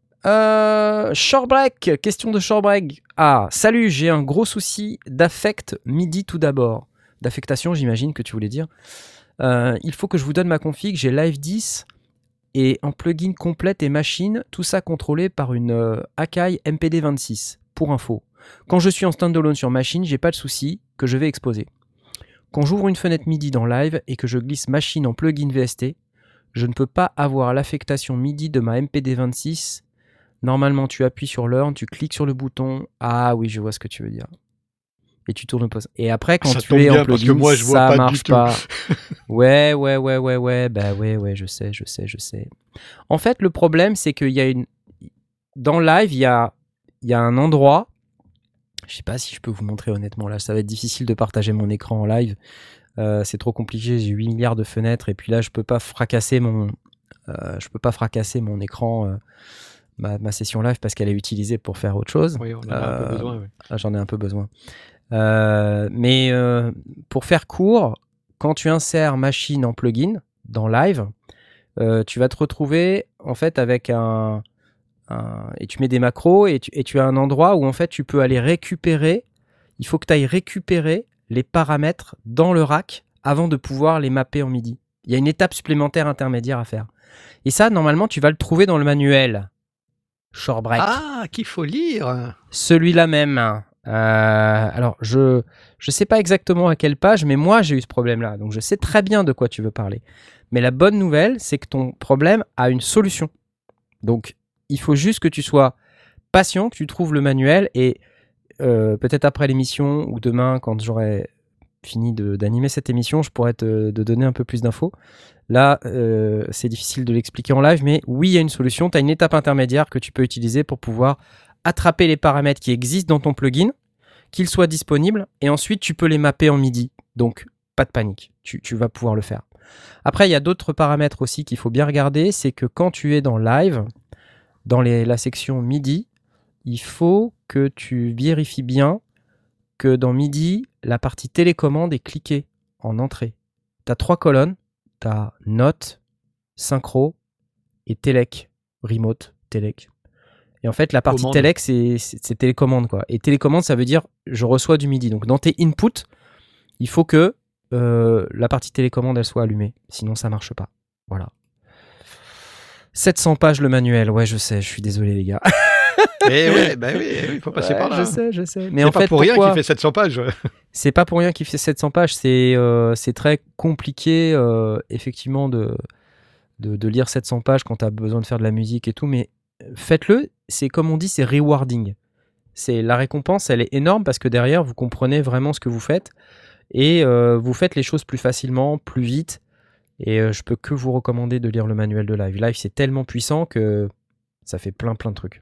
Euh, Shorebreak, question de Shorebreak. Ah, salut, j'ai un gros souci d'affect MIDI tout d'abord. D'affectation, j'imagine que tu voulais dire. Euh, il faut que je vous donne ma config. J'ai Live dix et en plugin complète et machine, tout ça contrôlé par une euh, Akai M P D vingt-six. Pour info. Quand je suis en standalone sur machine, j'ai pas de souci que je vais exposer. Quand j'ouvre une fenêtre MIDI dans Live et que je glisse machine en plugin V S T, je ne peux pas avoir l'affectation MIDI de ma M P D vingt-six. Normalement, tu appuies sur l'heure, tu cliques sur le bouton. Ah oui, je vois ce que tu veux dire. Et tu tournes le pause. Et après, quand Ça tu tombe es en bien, parce plugin, que moi, je vois ça pas du marche tout. pas. Ouais, ouais, ouais, ouais, ouais. Bah ouais, ouais, je sais, je sais, je sais. En fait, le problème, c'est qu'il y a une... Dans Live, il y a, il y a un endroit... Je sais pas si je peux vous montrer honnêtement. Là, ça va être difficile de partager mon écran en live. Euh, c'est trop compliqué. J'ai huit milliards de fenêtres. Et puis là, je peux pas fracasser mon... Euh, je peux pas fracasser mon écran... Euh... Ma, ma session live parce qu'elle est utilisée pour faire autre chose. Oui, on en a un Euh, peu besoin. Ouais. ah, J'en ai un peu besoin. Euh, mais euh, pour faire court, quand tu insères machine en plugin dans Live, euh, tu vas te retrouver en fait avec un, un et tu mets des macros et tu, et tu as un endroit où en fait tu peux aller récupérer. Il faut que tu ailles récupérer les paramètres dans le rack avant de pouvoir les mapper en MIDI. Il y a une étape supplémentaire intermédiaire à faire. Et ça, normalement, tu vas le trouver dans le manuel. Shorebreak. Ah, qu'il faut lire. Celui-là même. Euh, alors, je je sais pas exactement à quelle page, mais moi, j'ai eu ce problème-là. Donc, je sais très bien de quoi tu veux parler. Mais la bonne nouvelle, c'est que ton problème a une solution. Donc, il faut juste que tu sois patient, que tu trouves le manuel et euh, peut-être après l'émission ou demain, quand j'aurai fini de, d'animer cette émission, je pourrais te, te donner un peu plus d'infos. Là, euh, c'est difficile de l'expliquer en live, mais oui, il y a une solution. Tu as une étape intermédiaire que tu peux utiliser pour pouvoir attraper les paramètres qui existent dans ton plugin, qu'ils soient disponibles, et ensuite tu peux les mapper en MIDI. Donc, pas de panique, tu, tu vas pouvoir le faire. Après, il y a d'autres paramètres aussi qu'il faut bien regarder, c'est que quand tu es dans Live, dans les, la section MIDI, il faut que tu vérifies bien que dans MIDI, la partie télécommande est cliquée en entrée. Tu as trois colonnes. Tu as Note, Synchro et Telec, Remote, Telec. Et en fait, la partie Commande. Telec, c'est, c'est, c'est télécommande, quoi. Et télécommande, ça veut dire je reçois du MIDI. Donc, dans tes inputs, il faut que euh, la partie télécommande, elle soit allumée. Sinon, ça marche pas. Voilà. sept cents pages le manuel. Ouais, je sais, je suis désolé, les gars. Eh ouais, bah oui, il faut passer Ouais, par là. je sais, je sais. Mais C'est en pas fait, pour rien pourquoi qu'il fait sept cents pages. C'est pas pour rien qu'il fait sept cents pages, c'est euh, c'est très compliqué euh, effectivement de, de, de lire sept cents pages quand tu as besoin de faire de la musique et tout, mais faites-le, c'est comme on dit, c'est rewarding. C'est, la récompense, elle est énorme parce que derrière, vous comprenez vraiment ce que vous faites et euh, vous faites les choses plus facilement, plus vite, et euh, je peux que vous recommander de lire le manuel de Live. Live, c'est tellement puissant que ça fait plein plein de trucs.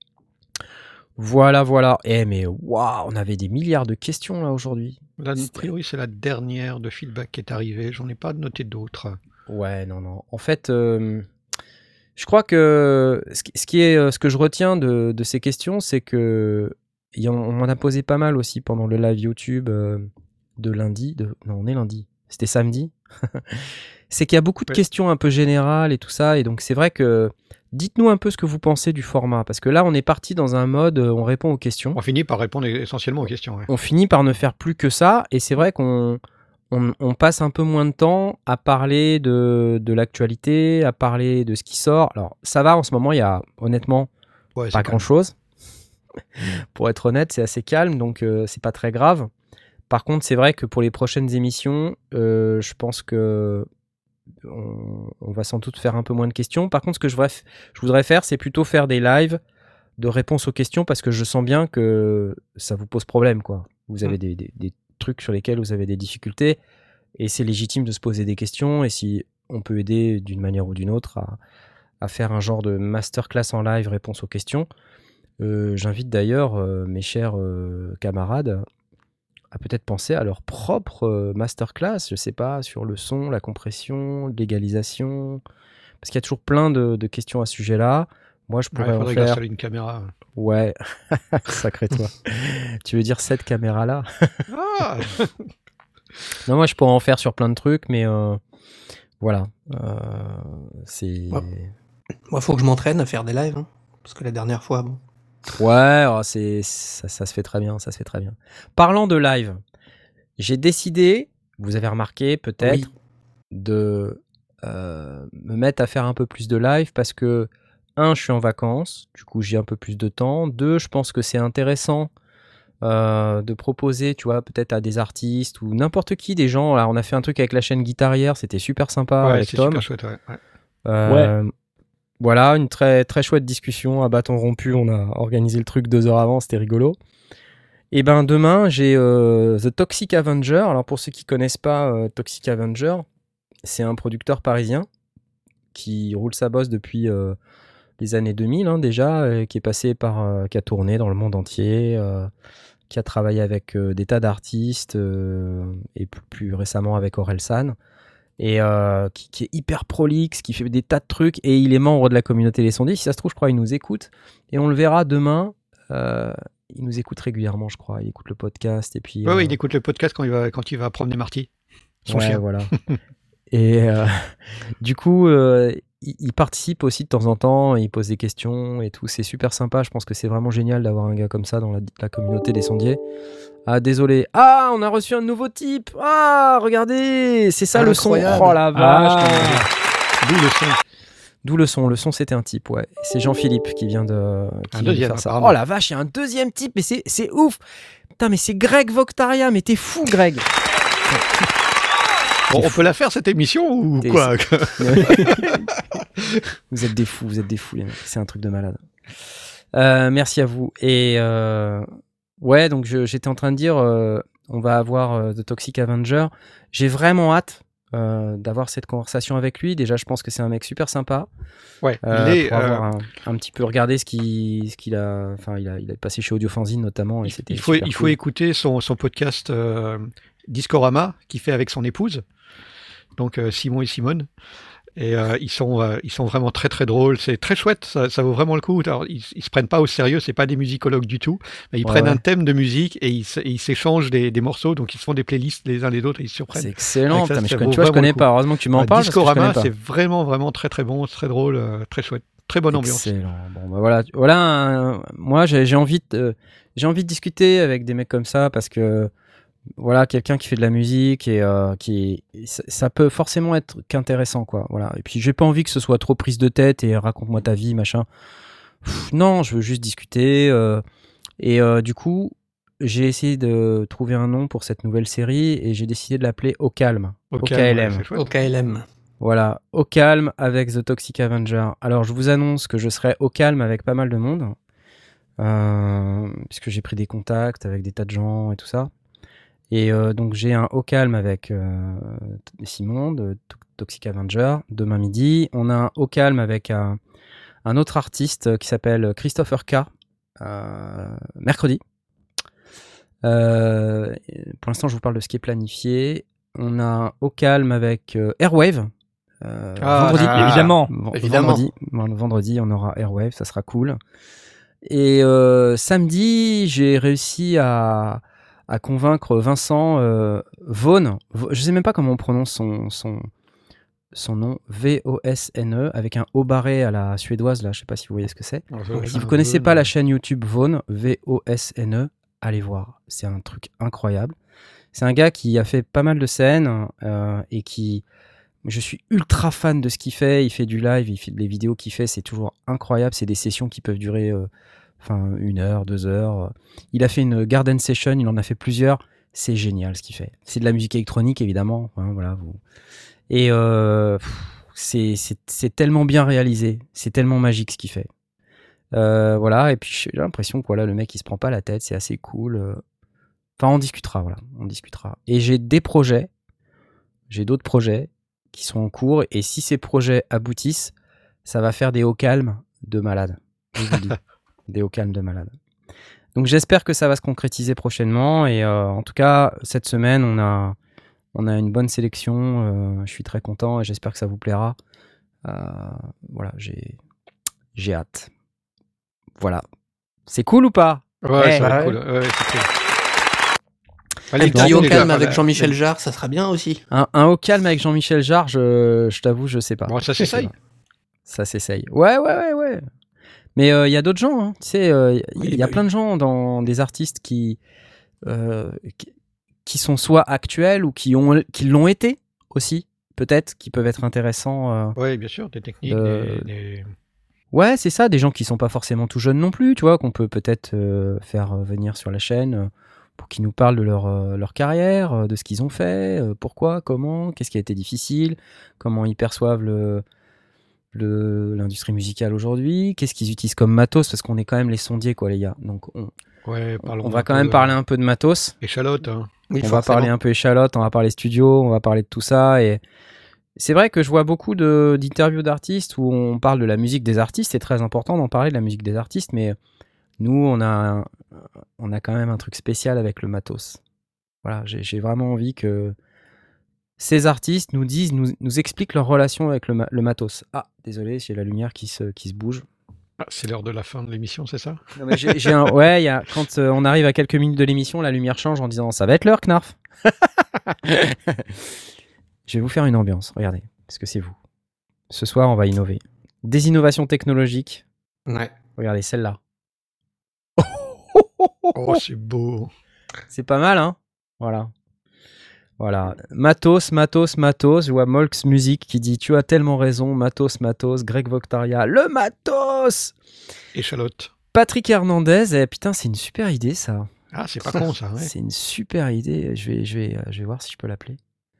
Voilà, voilà. Eh, mais waouh, on avait des milliards de questions là aujourd'hui. Là, a C'était- priori, c'est la dernière de feedback qui est arrivée. J'en ai pas noté d'autres. Ouais, non, non. En fait, euh, je crois que ce qui, ce qui est, euh, ce que je retiens de, de ces questions, c'est que il y en- on m'en a posé pas mal aussi pendant le live YouTube euh, de lundi. De, non, on est lundi. C'était samedi. C'est qu'il y a beaucoup de Ouais. questions un peu générales et tout ça. Et donc, c'est vrai que dites-nous un peu ce que vous pensez du format. Parce que là, on est parti dans un mode, euh, on répond aux questions. On finit par répondre essentiellement aux questions. Ouais. On finit par ne faire plus que ça. Et c'est vrai qu'on on, on passe un peu moins de temps à parler de, de l'actualité, à parler de ce qui sort. Alors, ça va, en ce moment, il y a honnêtement Ouais, c'est pas quand grand-chose. Pour être honnête, c'est assez calme, donc euh, c'est pas très grave. Par contre, c'est vrai que pour les prochaines émissions, euh, je pense que on, on va sans doute faire un peu moins de questions. Par contre, ce que je voudrais, f- je voudrais faire, c'est plutôt faire des lives de réponses aux questions parce que je sens bien que ça vous pose problème, quoi. Vous avez Mm. des, des- des trucs sur lesquels vous avez des difficultés et c'est légitime de se poser des questions. Et si on peut aider d'une manière ou d'une autre à, à faire un genre de masterclass en live réponse aux questions, Euh, j'invite d'ailleurs euh, mes chers euh, camarades à peut-être penser à leur propre euh, masterclass, je sais pas, sur le son, la compression, l'égalisation, parce qu'il y a toujours plein de, de questions à ce sujet-là. Moi, je Il pourrais en faudrait faire. installer une caméra. Ouais, sacré toi. Tu veux dire cette caméra-là? Ah Non, moi, je pourrais en faire sur plein de trucs, mais euh, voilà. Euh, c'est. Ouais. Moi, faut que je m'entraîne à faire des lives, hein, parce que la dernière fois, bon. Ouais, oh, c'est ça, ça se fait très bien, ça se fait très bien. Parlant de live, j'ai décidé, vous avez remarqué peut-être, Oui. de euh, me mettre à faire un peu plus de live parce que un, je suis en vacances, du coup j'ai un peu plus de temps. Deux, je pense que c'est intéressant euh, de proposer, tu vois, peut-être à des artistes ou n'importe qui, des gens. Là, on a fait un truc avec la chaîne Guitarière, c'était super sympa Ouais, avec c'est Tom. super chouette. Ouais. Ouais. Euh, Voilà, une très très chouette discussion à bâton rompu. On a organisé le truc deux heures avant, c'était rigolo. Et ben demain, j'ai euh, The Toxic Avenger. Alors pour ceux qui connaissent pas euh, Toxic Avenger, c'est un producteur parisien qui roule sa bosse depuis euh, les années deux mille hein, déjà, euh, qui est passé par, euh, qui a tourné dans le monde entier, euh, qui a travaillé avec euh, des tas d'artistes euh, et plus, plus récemment avec Orelsan. Et euh, qui, qui est hyper prolixe, qui fait des tas de trucs, et il est membre de la communauté Les Sondiers. Si ça se trouve, je crois, il nous écoute, et on le verra demain. Euh, il nous écoute régulièrement, je crois. Il écoute le podcast, et puis. Ouais, euh, ouais, il écoute le podcast quand il va, quand il va promener Marty, son ouais, chien. voilà. Et euh, du coup, euh, il, il participe aussi de temps en temps, il pose des questions et tout. C'est super sympa. Je pense que c'est vraiment génial d'avoir un gars comme ça dans la, la communauté des sondiers. Ah, désolé. Ah, on a reçu un nouveau type. Ah, regardez, c'est ça le son. Incroyable. Oh la vache. Ah. D'où le son. D'où le son. Le son, c'était un type, ouais. C'est Jean-Philippe qui vient de, qui Un vient de deuxième, faire ça. apparemment. Oh la vache, il y a un deuxième type, mais c'est, c'est ouf. Putain, mais c'est Greg Voctaria, mais t'es fou, Greg. Bon, on peut la faire cette émission ou T'es- quoi? Vous êtes des fous, vous êtes des fous, les mecs. C'est un truc de malade. Euh, merci à vous. Et euh, ouais, donc je- j'étais en train de dire, euh, on va avoir euh, The Toxic Avenger. J'ai vraiment hâte euh, d'avoir cette conversation avec lui. Déjà, je pense que c'est un mec super sympa. Ouais, Euh, il est, pour avoir euh, un, un petit peu regardé ce qu'il, ce qu'il a. Enfin, il a, il a passé chez Audiofanzine notamment. Et il, c'était il faut, super il faut cool. écouter son, son podcast euh, Discorama qu'il fait avec son épouse, donc euh, Simon et Simone. Et euh, ils sont euh, ils sont vraiment très très drôles, c'est très chouette, ça, ça vaut vraiment le coup. Alors, ils, ils se prennent pas au sérieux, c'est pas des musicologues du tout, mais ils Ouais, prennent ouais. un thème de musique et ils, s- et ils s'échangent des, des morceaux, donc ils se font des playlists les uns les autres et ils se C'est surprennent. excellent. Avec ça, Putain, mais ça je, connais- vaut tu vois, je vraiment connais le coup. pas. Heureusement que tu m'en Ah, parles. Parce que je Discorama, connais c'est pas. vraiment vraiment très très bon, très drôle, euh, très chouette, très bonne ambiance. Excellent. Bon, bah voilà, voilà. un- moi, j'ai, j'ai envie de, j'ai envie de discuter avec des mecs comme ça parce que voilà, quelqu'un qui fait de la musique et euh, qui, ça, ça peut forcément être qu'intéressant, quoi. Voilà. Et puis, j'ai pas envie que ce soit trop prise de tête et raconte-moi ta vie, machin. Pff, non, je veux juste discuter. euh, et euh, du coup, j'ai essayé de trouver un nom pour cette nouvelle série et j'ai décidé de l'appeler Au Calme. Au O K calme, L ouais, M. c'est chouette. Au K L M. Voilà, Au Calme avec The Toxic Avenger. Alors, je vous annonce que je serai au calme avec pas mal de monde, euh, puisque j'ai pris des contacts avec des tas de gens et tout ça. Et euh, donc, j'ai un Au Calme avec euh, Simon de To- Toxic Avenger demain midi. On a un Au Calme avec un, un autre artiste qui s'appelle Christopher K. euh, mercredi. Euh, pour l'instant, je vous parle de ce qui est planifié. On a un Au Calme avec euh, Airwave. Euh, Ah, vendredi, ah, évidemment. Ven- évidemment. Vendredi, Ven- vendredi, on aura Airwave, ça sera cool. Et euh, samedi, j'ai réussi à, à convaincre Vincent euh, Vaughan. V- Je sais même pas comment on prononce son, son, son nom, V O S N E, avec un haut barré à la suédoise, là, je sais pas si vous voyez ce que c'est. Si vous connaissez pas la chaîne YouTube Vaughan, V O S N E, allez voir. C'est un truc incroyable. C'est un gars qui a fait pas mal de scènes euh, et qui... Je suis ultra fan de ce qu'il fait. Il fait du live, il fait les vidéos qu'il fait, c'est toujours incroyable. C'est des sessions qui peuvent durer euh, enfin, une heure, deux heures. Il a fait une garden session, il en a fait plusieurs. C'est génial ce qu'il fait. C'est de la musique électronique, évidemment. Hein, voilà, vous... Et euh, pff, c'est, c'est, c'est tellement bien réalisé. C'est tellement magique ce qu'il fait. Euh, voilà, et puis j'ai l'impression que voilà, le mec il se prend pas la tête, c'est assez cool. euh. Enfin, on discutera, voilà, on discutera. Et j'ai des projets, j'ai d'autres projets qui sont en cours, et si ces projets aboutissent, ça va faire des hauts calmes de malade. Je vous le dis. Des hauts calmes de malade. Donc j'espère que ça va se concrétiser prochainement. Et euh, en tout cas, cette semaine, on a, on a une bonne sélection. Euh, je suis très content et j'espère que ça vous plaira. Euh, voilà, j'ai, j'ai hâte. Voilà. C'est cool ou pas? Ouais, Eh, ça va ouais. être cool. Ouais, c'est cool. Un Allez, petit donc, au déjà, calme voilà. avec Jean-Michel Jarre, ça sera bien aussi. Un, un haut calme avec Jean-Michel Jarre, je, je t'avoue, je sais pas. Bon, ça Je sais s'essaye. pas. Ça s'essaye. Ouais, ouais, ouais, ouais. Mais il euh, y a d'autres gens, hein. Tu sais, il euh, y, Oui, y a bah plein de gens, dans des artistes qui, euh, qui, qui sont soit actuels ou qui, ont, qui l'ont été aussi, peut-être, qui peuvent être intéressants. euh. Oui, bien sûr, des techniques, De- des, des- Ouais, c'est ça, des gens qui sont pas forcément tout jeunes non plus, tu vois, qu'on peut peut-être euh, faire euh, venir sur la chaîne euh, pour qu'ils nous parlent de leur, euh, leur carrière, euh, de ce qu'ils ont fait, euh, pourquoi, comment, qu'est-ce qui a été difficile, comment ils perçoivent le, le- l'industrie musicale aujourd'hui, qu'est-ce qu'ils utilisent comme matos, parce qu'on est quand même les sondiers, quoi, les gars. Donc, on, Ouais, parlons on va un quand peu, même parler euh, un peu de matos. échalote. Hein. Oui, On va forcément. parler un peu échalote, on va parler studio, on va parler de tout ça. Et c'est vrai que je vois beaucoup de, d'interviews d'artistes où on parle de la musique des artistes. C'est très important d'en parler de la musique des artistes, mais nous, on a, un- on a quand même un truc spécial avec le matos. Voilà, j'ai, j'ai vraiment envie que ces artistes nous disent, nous, nous expliquent leur relation avec le, ma- le matos. Ah, désolé, j'ai la lumière qui se, qui se bouge. Ah, c'est l'heure de la fin de l'émission, c'est ça? Non, mais j'ai, j'ai un, ouais, il y a, quand euh, on arrive à quelques minutes de l'émission, la lumière change en disant ça va être l'heure, Knarf. Je vais vous faire une ambiance, regardez, parce que c'est vous. Ce soir, on va innover. Des innovations technologiques. Ouais. Regardez celle-là. Oh, c'est beau. C'est pas mal, hein? Voilà. Voilà. Matos, matos, matos. Je vois Molx Music qui dit tu as tellement raison. Matos, matos. Greg Voctaria. Le matos! Échalote. Patrick Hernandez. Eh, putain, c'est une super idée, ça. Ah, c'est pas con, ça. Ouais. C'est une super idée. Je vais, je, vais, euh, je vais voir si je peux l'appeler.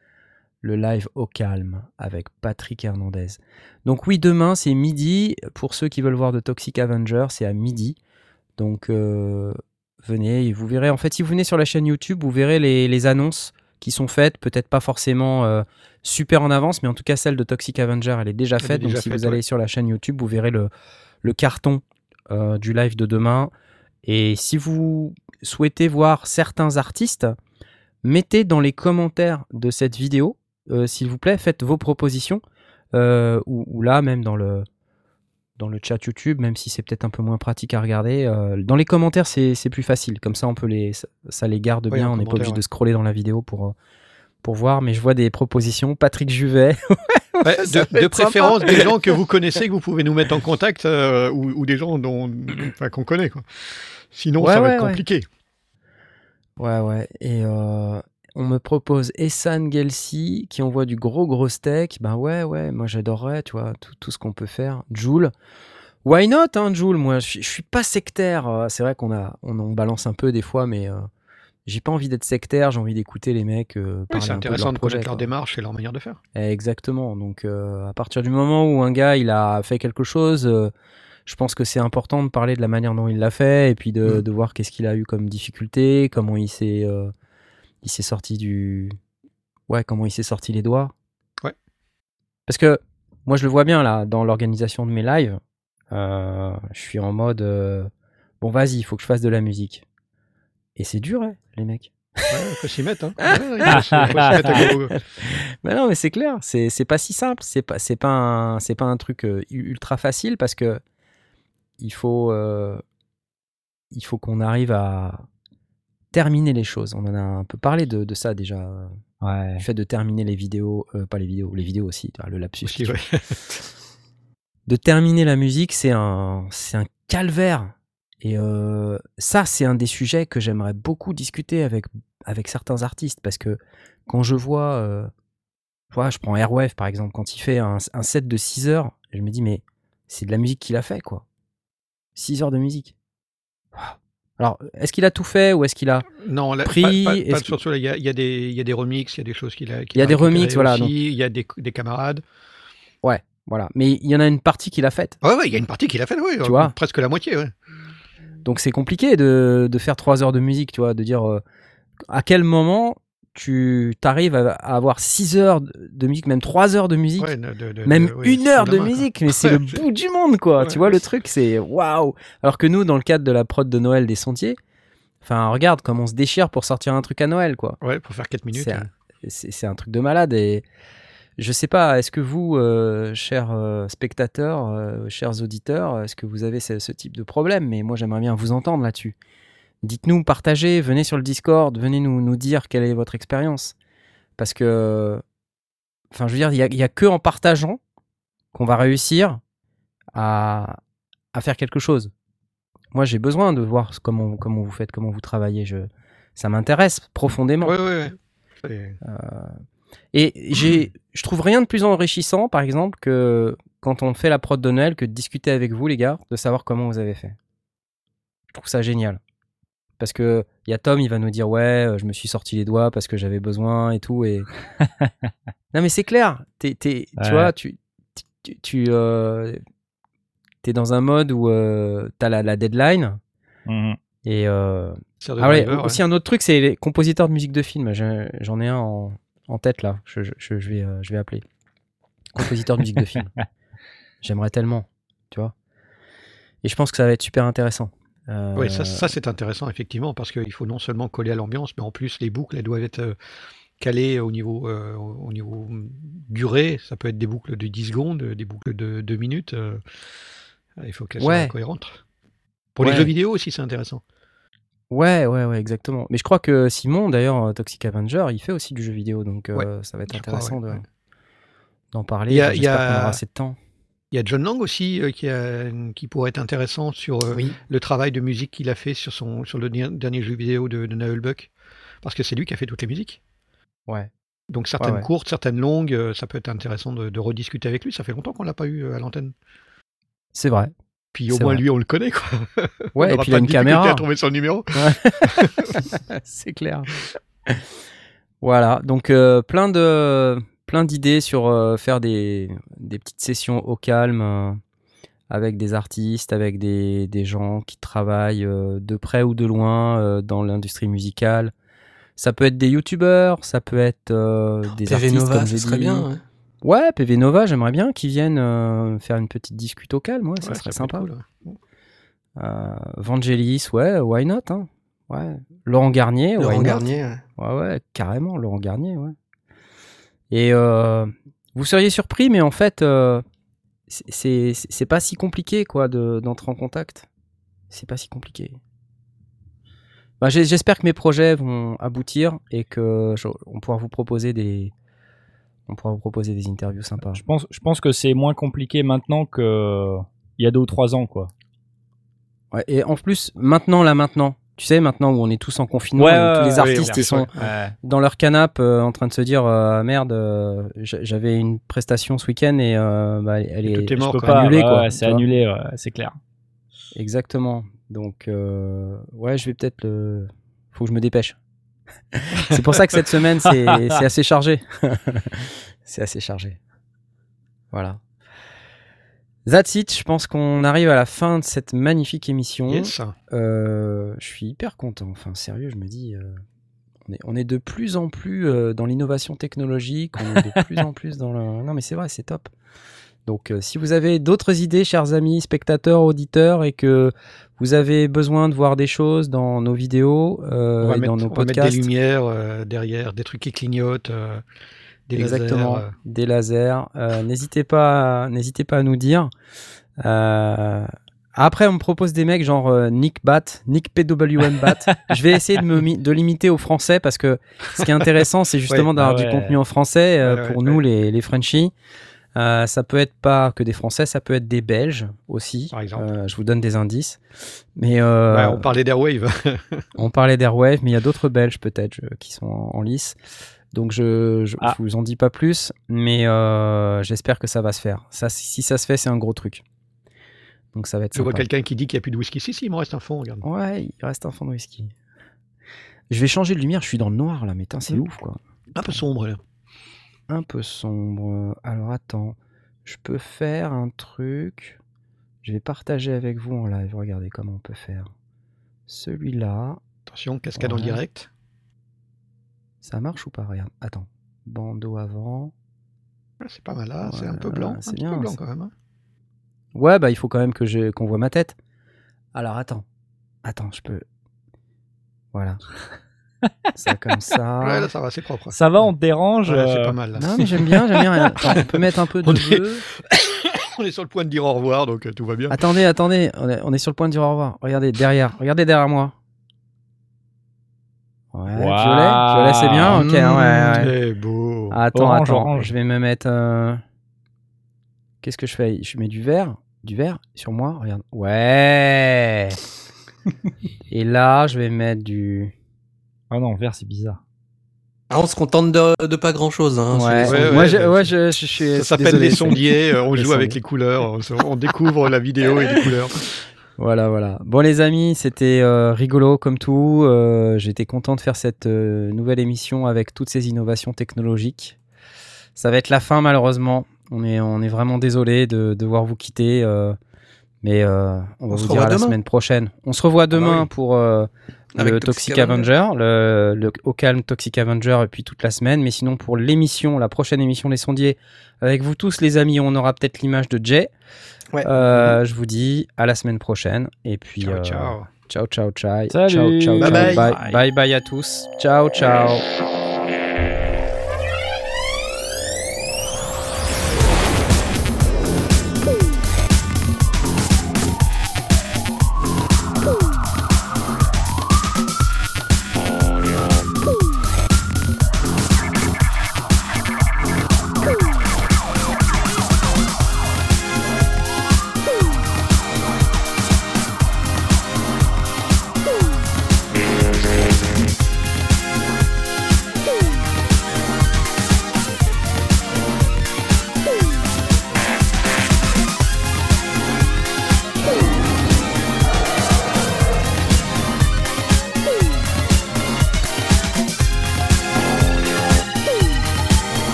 Le live au calme avec Patrick Hernandez. Donc oui, demain, c'est midi. Pour ceux qui veulent voir de Toxic Avenger, c'est à midi. Donc euh, venez et vous verrez. En fait, si vous venez sur la chaîne YouTube, vous verrez les, les annonces qui sont faites. Peut-être pas forcément euh, super en avance, mais en tout cas, celle de Toxic Avenger, elle est déjà Elle est faite. Donc déjà si faite, vous allez ouais. sur la chaîne YouTube, vous verrez le, le carton euh, du live de demain. Et si vous souhaitez voir certains artistes, mettez dans les commentaires de cette vidéo, euh, s'il vous plaît, faites vos propositions, euh, ou, ou là, même dans le, dans le chat YouTube, même si c'est peut-être un peu moins pratique à regarder. euh, dans les commentaires, c'est, c'est plus facile. Comme ça, on peut les, ça, ça les garde Oui, bien. en On n'est pas commentaire, obligé de ouais. scroller dans la vidéo pour, euh, pour voir. Mais je vois des propositions. Patrick Juvet. Ouais, Ça de, va de être préférence sympa. des gens que vous connaissez, que vous pouvez nous mettre en contact, euh, ou, ou des gens dont, enfin, qu'on connaît. Quoi. Sinon, Ouais, ça va ouais, être ouais. compliqué. Ouais, ouais. Et euh, on me propose Essan Gelsi qui envoie du gros gros steak. Ben ouais, ouais. Moi, j'adorerais, tu vois, tout, tout ce qu'on peut faire. Joule. Why not, hein, Joule? Moi, je suis- je suis pas sectaire. Euh, C'est vrai qu'on a, on en balance un peu des fois, mais euh, j'ai pas envie d'être sectaire. J'ai envie d'écouter les mecs euh, Oui, parler c'est un peu de intéressant leur de projet, connaître leur quoi. démarche et leur manière de faire. Eh, Exactement. Donc, euh, à partir du moment où un gars il a fait quelque chose, euh, je pense que c'est important de parler de la manière dont il l'a fait et puis de, Mm. de voir qu'est-ce qu'il a eu comme difficulté, comment il s'est, euh, il s'est sorti du, ouais, comment il s'est sorti les doigts. Ouais. Parce que moi, je le vois bien là dans l'organisation de mes lives. Euh, je suis en mode, euh, bon, vas-y, il faut que je fasse de la musique. Et c'est dur, hein, les mecs. Ouais, faut s'y mettre. Hein. Ouais, il faut, se- faut s'y mettre à go. Mais non, mais c'est clair, c'est c'est pas si simple, c'est pas c'est pas un c'est pas un truc euh, u- ultra facile parce que il faut euh, il faut qu'on arrive à terminer les choses. On en a un peu parlé de, de ça déjà, euh, Ouais. du fait de terminer les vidéos, euh, pas les vidéos, les vidéos aussi, tu vois, le lapsus. Aussi, qui- ouais. De terminer la musique, c'est un c'est un calvaire. Et euh, ça, c'est un des sujets que j'aimerais beaucoup discuter avec avec certains artistes parce que quand je vois euh, tu vois, je prends Airwave par exemple, quand il fait un, un set de six heures, je me dis, mais c'est de la musique qu'il a fait, quoi. six heures de musique. Alors, est-ce qu'il a tout fait ou est-ce qu'il a. Non, là, Pris, pas, pas- pas est-ce surtout là. Il y a, il y a des, il y a des remixes, il y a des choses qu'il a. qu'il Il y a des récupérées remixes, voilà, aussi, donc. Il y a des, des camarades. Ouais, voilà. Mais il y en a une partie qu'il a faite. Ouais, ouais, il y a une partie qu'il a faite, oui. Tu vois Presque la moitié, ouais. Donc c'est compliqué de, de faire trois heures de musique, tu vois, de dire euh, à quel moment tu arrives à, à avoir six heures de, de musique, même trois heures de musique, Ouais, de- de- de- même de- ouais, une heure sous de la main, quoi. musique, mais c'est Ouais, le c'est- bout du monde, quoi. Ouais, Tu vois, ouais, le c'est- truc, c'est waouh. Alors que nous, dans le cadre de la prod de Noël des Sentiers, enfin, regarde comment on se déchire pour sortir un truc à Noël, quoi. Ouais, pour faire quatre minutes. C'est euh. un, c'est, c'est un truc de malade. Et je sais pas, est-ce que vous, euh, chers euh, spectateurs, euh, chers auditeurs, est-ce que vous avez ce, ce type de problème? Mais moi, j'aimerais bien vous entendre là-dessus. Dites-nous, partagez, venez sur le Discord, venez nous, nous dire quelle est votre expérience. Parce que, enfin, je veux dire, il n'y a, a que en partageant qu'on va réussir à, à faire quelque chose. Moi, j'ai besoin de voir comment, comment vous faites, comment vous travaillez. Je, ça m'intéresse profondément. Ouais, ouais, ouais. C'est- Et j'ai, je trouve rien de plus enrichissant, par exemple, que quand on fait la prod de Noël, que de discuter avec vous, les gars, de savoir comment vous avez fait. Je trouve ça génial. Parce que il y a Tom, il va nous dire ouais, euh, je me suis sorti les doigts parce que j'avais besoin et tout. Et non, mais c'est clair. T'es, t'es, Ouais. Tu vois, tu, tu, tu euh, t'es dans un mode où euh, t'as la, la deadline. Mhm. Et euh, Sir de ah ouais, Driver, ouais. aussi un autre truc, c'est les compositeurs de musique de film. J'ai- J'en ai un en, en tête là. Je, je, je- je vais, euh, je vais appeler compositeur de musique de film. J'aimerais tellement, tu vois. Et je pense que ça va être super intéressant. Euh, Ouais, ça, ça c'est intéressant effectivement parce qu'il faut non seulement coller à l'ambiance, mais en plus les boucles elles doivent être euh, calées au niveau, euh, au au niveau hum, durée. Ça peut être des boucles de dix secondes, des boucles de deux minutes. euh, il faut qu'elles Ouais. soient cohérentes. Pour Ouais. les jeux vidéo aussi, c'est intéressant. Ouais, ouais, ouais, exactement. Mais je crois que Simon, d'ailleurs, euh, Toxic Avenger, il fait aussi du jeu vidéo, donc euh, Ouais, ça va être je crois, intéressant ouais, de, ouais. d'en parler. Il y a- Enfin, il y J'espère a- qu'on aura assez de temps. Il y a John Lang aussi euh, qui, a- qui pourrait être intéressant sur euh, Oui. le travail de musique qu'il a fait sur, son, sur le der- dernier jeu vidéo de, de Noël Buck. Parce que c'est lui qui a fait toutes les musiques. Ouais. Donc certaines ouais. courtes, certaines longues, euh, ça peut être intéressant de, de rediscuter avec lui. Ça fait longtemps qu'on l'a pas eu euh, à l'antenne. C'est vrai. Puis au C'est moins vrai. lui, on le connaît, quoi. Ouais, on et n'aura puis il pas a de une difficulté caméra. à trouver son numéro. C'est clair. Voilà, donc euh, plein de plein d'idées sur euh, faire des, des petites sessions au calme euh, avec des artistes, avec des, des gens qui travaillent euh, de près ou de loin euh, dans l'industrie musicale. Ça peut être des youtubeurs, ça peut être euh, des P V artistes Nova, comme ça j'ai serait dit. bien. ouais. Ouais, P V Nova, j'aimerais bien qu'ils viennent euh, faire une petite discute au calme, ouais, ça Ouais, serait ça peut être sympa. cool, ouais. Euh, Vangelis, ouais, why not, hein. Ouais. Laurent Garnier, why Laurent not. Garnier. ouais. Ouais, ouais, carrément, Laurent Garnier, ouais. Et euh, vous seriez surpris, mais en fait, euh, c'est- c'est c'est pas si compliqué, quoi, de- d'entrer en contact. C'est pas si compliqué. Bah, j'ai- J'espère que mes projets vont aboutir et que je- on pourra vous proposer des, on pourra vous proposer des interviews sympas. Je pense, je pense que c'est moins compliqué maintenant que il y a deux ou trois ans, quoi. Ouais, et en plus, maintenant, là, maintenant, tu sais, maintenant où on est tous en confinement, Ouais, et où tous ouais, les ouais, artistes, oui, ils sont Ouais. dans leur canapé euh, en train de se dire euh, merde, euh, j'a- j'avais une prestation ce week-end et euh, bah, elle Et est tout est Je mort, peux quoi. pas. annulée, ouais, quoi, ouais, tu c'est vois. annulé, ouais, c'est clair. Exactement. Donc, euh, ouais, je vais peut-être le. Faut que je me dépêche. C'est pour ça que cette semaine, c'est c'est assez chargé. C'est assez chargé. Voilà. That's it. Je pense qu'on arrive à la fin de cette magnifique émission. Yes. Euh, je suis hyper content. Enfin, sérieux, je me dis, euh, on, est, on est de plus en plus euh, dans l'innovation technologique, on est de plus en plus dans le... Non, mais c'est vrai, c'est top. Donc, euh, si vous avez d'autres idées, chers amis, spectateurs, auditeurs, et que vous avez besoin de voir des choses dans nos vidéos euh, On va et mettre, dans nos on va mettre podcasts, des lumières euh, derrière, des trucs qui clignotent, euh, des exactement, lasers. euh. des lasers, euh, n'hésitez pas, à- n'hésitez pas à nous dire. Euh, Après, on me propose des mecs genre euh, Nick Bat, Nick P W M Bat. Je vais essayer de me mi- de limiter au français parce que ce qui est intéressant, c'est justement Ouais, d'avoir ah du ouais. contenu en français euh, Ouais, ouais, pour nous, ouais. les, les Frenchies. Euh, ça peut être pas que des Français, ça peut être des Belges aussi. Par exemple. Euh, je vous donne des indices. Mais euh, Ouais, on parlait d'Airwave. on parlait d'Airwave, mais il y a d'autres Belges peut-être je- qui sont en, en lice. Donc je, je, Ah. je vous en dis pas plus, mais euh, j'espère que ça va se faire. Ça, si si ça se fait, c'est un gros truc. Donc ça va être Je vois sympa. quelqu'un qui dit qu'il n'y a plus de whisky. Si, si, il m'en reste un fond, regarde. Ouais, il reste un fond de whisky. Je vais changer de lumière, je suis dans le noir là, mais tain, c'est Mm. ouf quoi. Un peu sombre, là. Un peu sombre. Alors attends, je peux faire un truc. Je vais partager avec vous en live. Regardez comment on peut faire. Celui-là, Attention, cascade en Ouais. direct. Ça marche ou pas? Regarde, attends. Bandeau avant. Ah, c'est pas mal là, c'est Ouais, un peu blanc. ouais, c'est un petit bien, peu blanc c'est- quand même. hein. Ouais, bah il faut quand même que je, qu'on voit ma tête. Alors attends. Attends, je peux. Voilà. Ça comme ça. Ouais, là ça va, c'est propre. Ça va, on te dérange Ouais, c'est euh, pas mal là. Non, mais j'aime bien, j'aime bien. Attends, on peut mettre un peu de On est- bleu. On est sur le point de dire au revoir, donc euh, tout va bien. Attendez, attendez. On est, on est sur le point de dire au revoir. Regardez, derrière. Regardez derrière moi. Ouais, Waouh. violet. Violet, c'est bien. Ok, Mmh. ouais, ouais. Très beau. Attends, Orange, attends. orange. Je vais me mettre. euh, Qu'est-ce que je fais? Je mets du vert. Du vert sur moi. Regarde. Ouais. Et là, je vais mettre du. Ah non, vert, c'est bizarre. Ah, on se contente de, de pas grand chose. Hein, sur Ouais. les ouais, sondiers. Moi, ouais, je, bah, ouais, je, je, je suis. Ça s'appelle désolé, les c'est- sondiers, euh, on Les joue avec sondiers. les couleurs, on, se- on découvre la vidéo et les couleurs. Voilà, voilà. Bon, les amis, c'était euh, rigolo comme tout. Euh, J'étais content de faire cette euh, nouvelle émission avec toutes ces innovations technologiques. Ça va être la fin, malheureusement. On est, on est vraiment désolé de devoir vous quitter. euh, mais euh, on va On vous se dire à revoit la demain. semaine prochaine. On se revoit demain oui. pour euh, Avec le Toxic Toxic Avenger, le, le Au Calme Toxic Avenger, et puis toute la semaine. Mais sinon, pour l'émission, la prochaine émission Les Sondiers, avec vous tous, les amis, on aura peut-être l'image de Jay. Ouais. Euh, je vous dis à la semaine prochaine. Et puis, Ciao, euh, ciao. ciao, ciao, ciao. Salut. Ciao, ciao, Bye ciao. bye. Bye, bye, bye à tous. Ciao, ciao.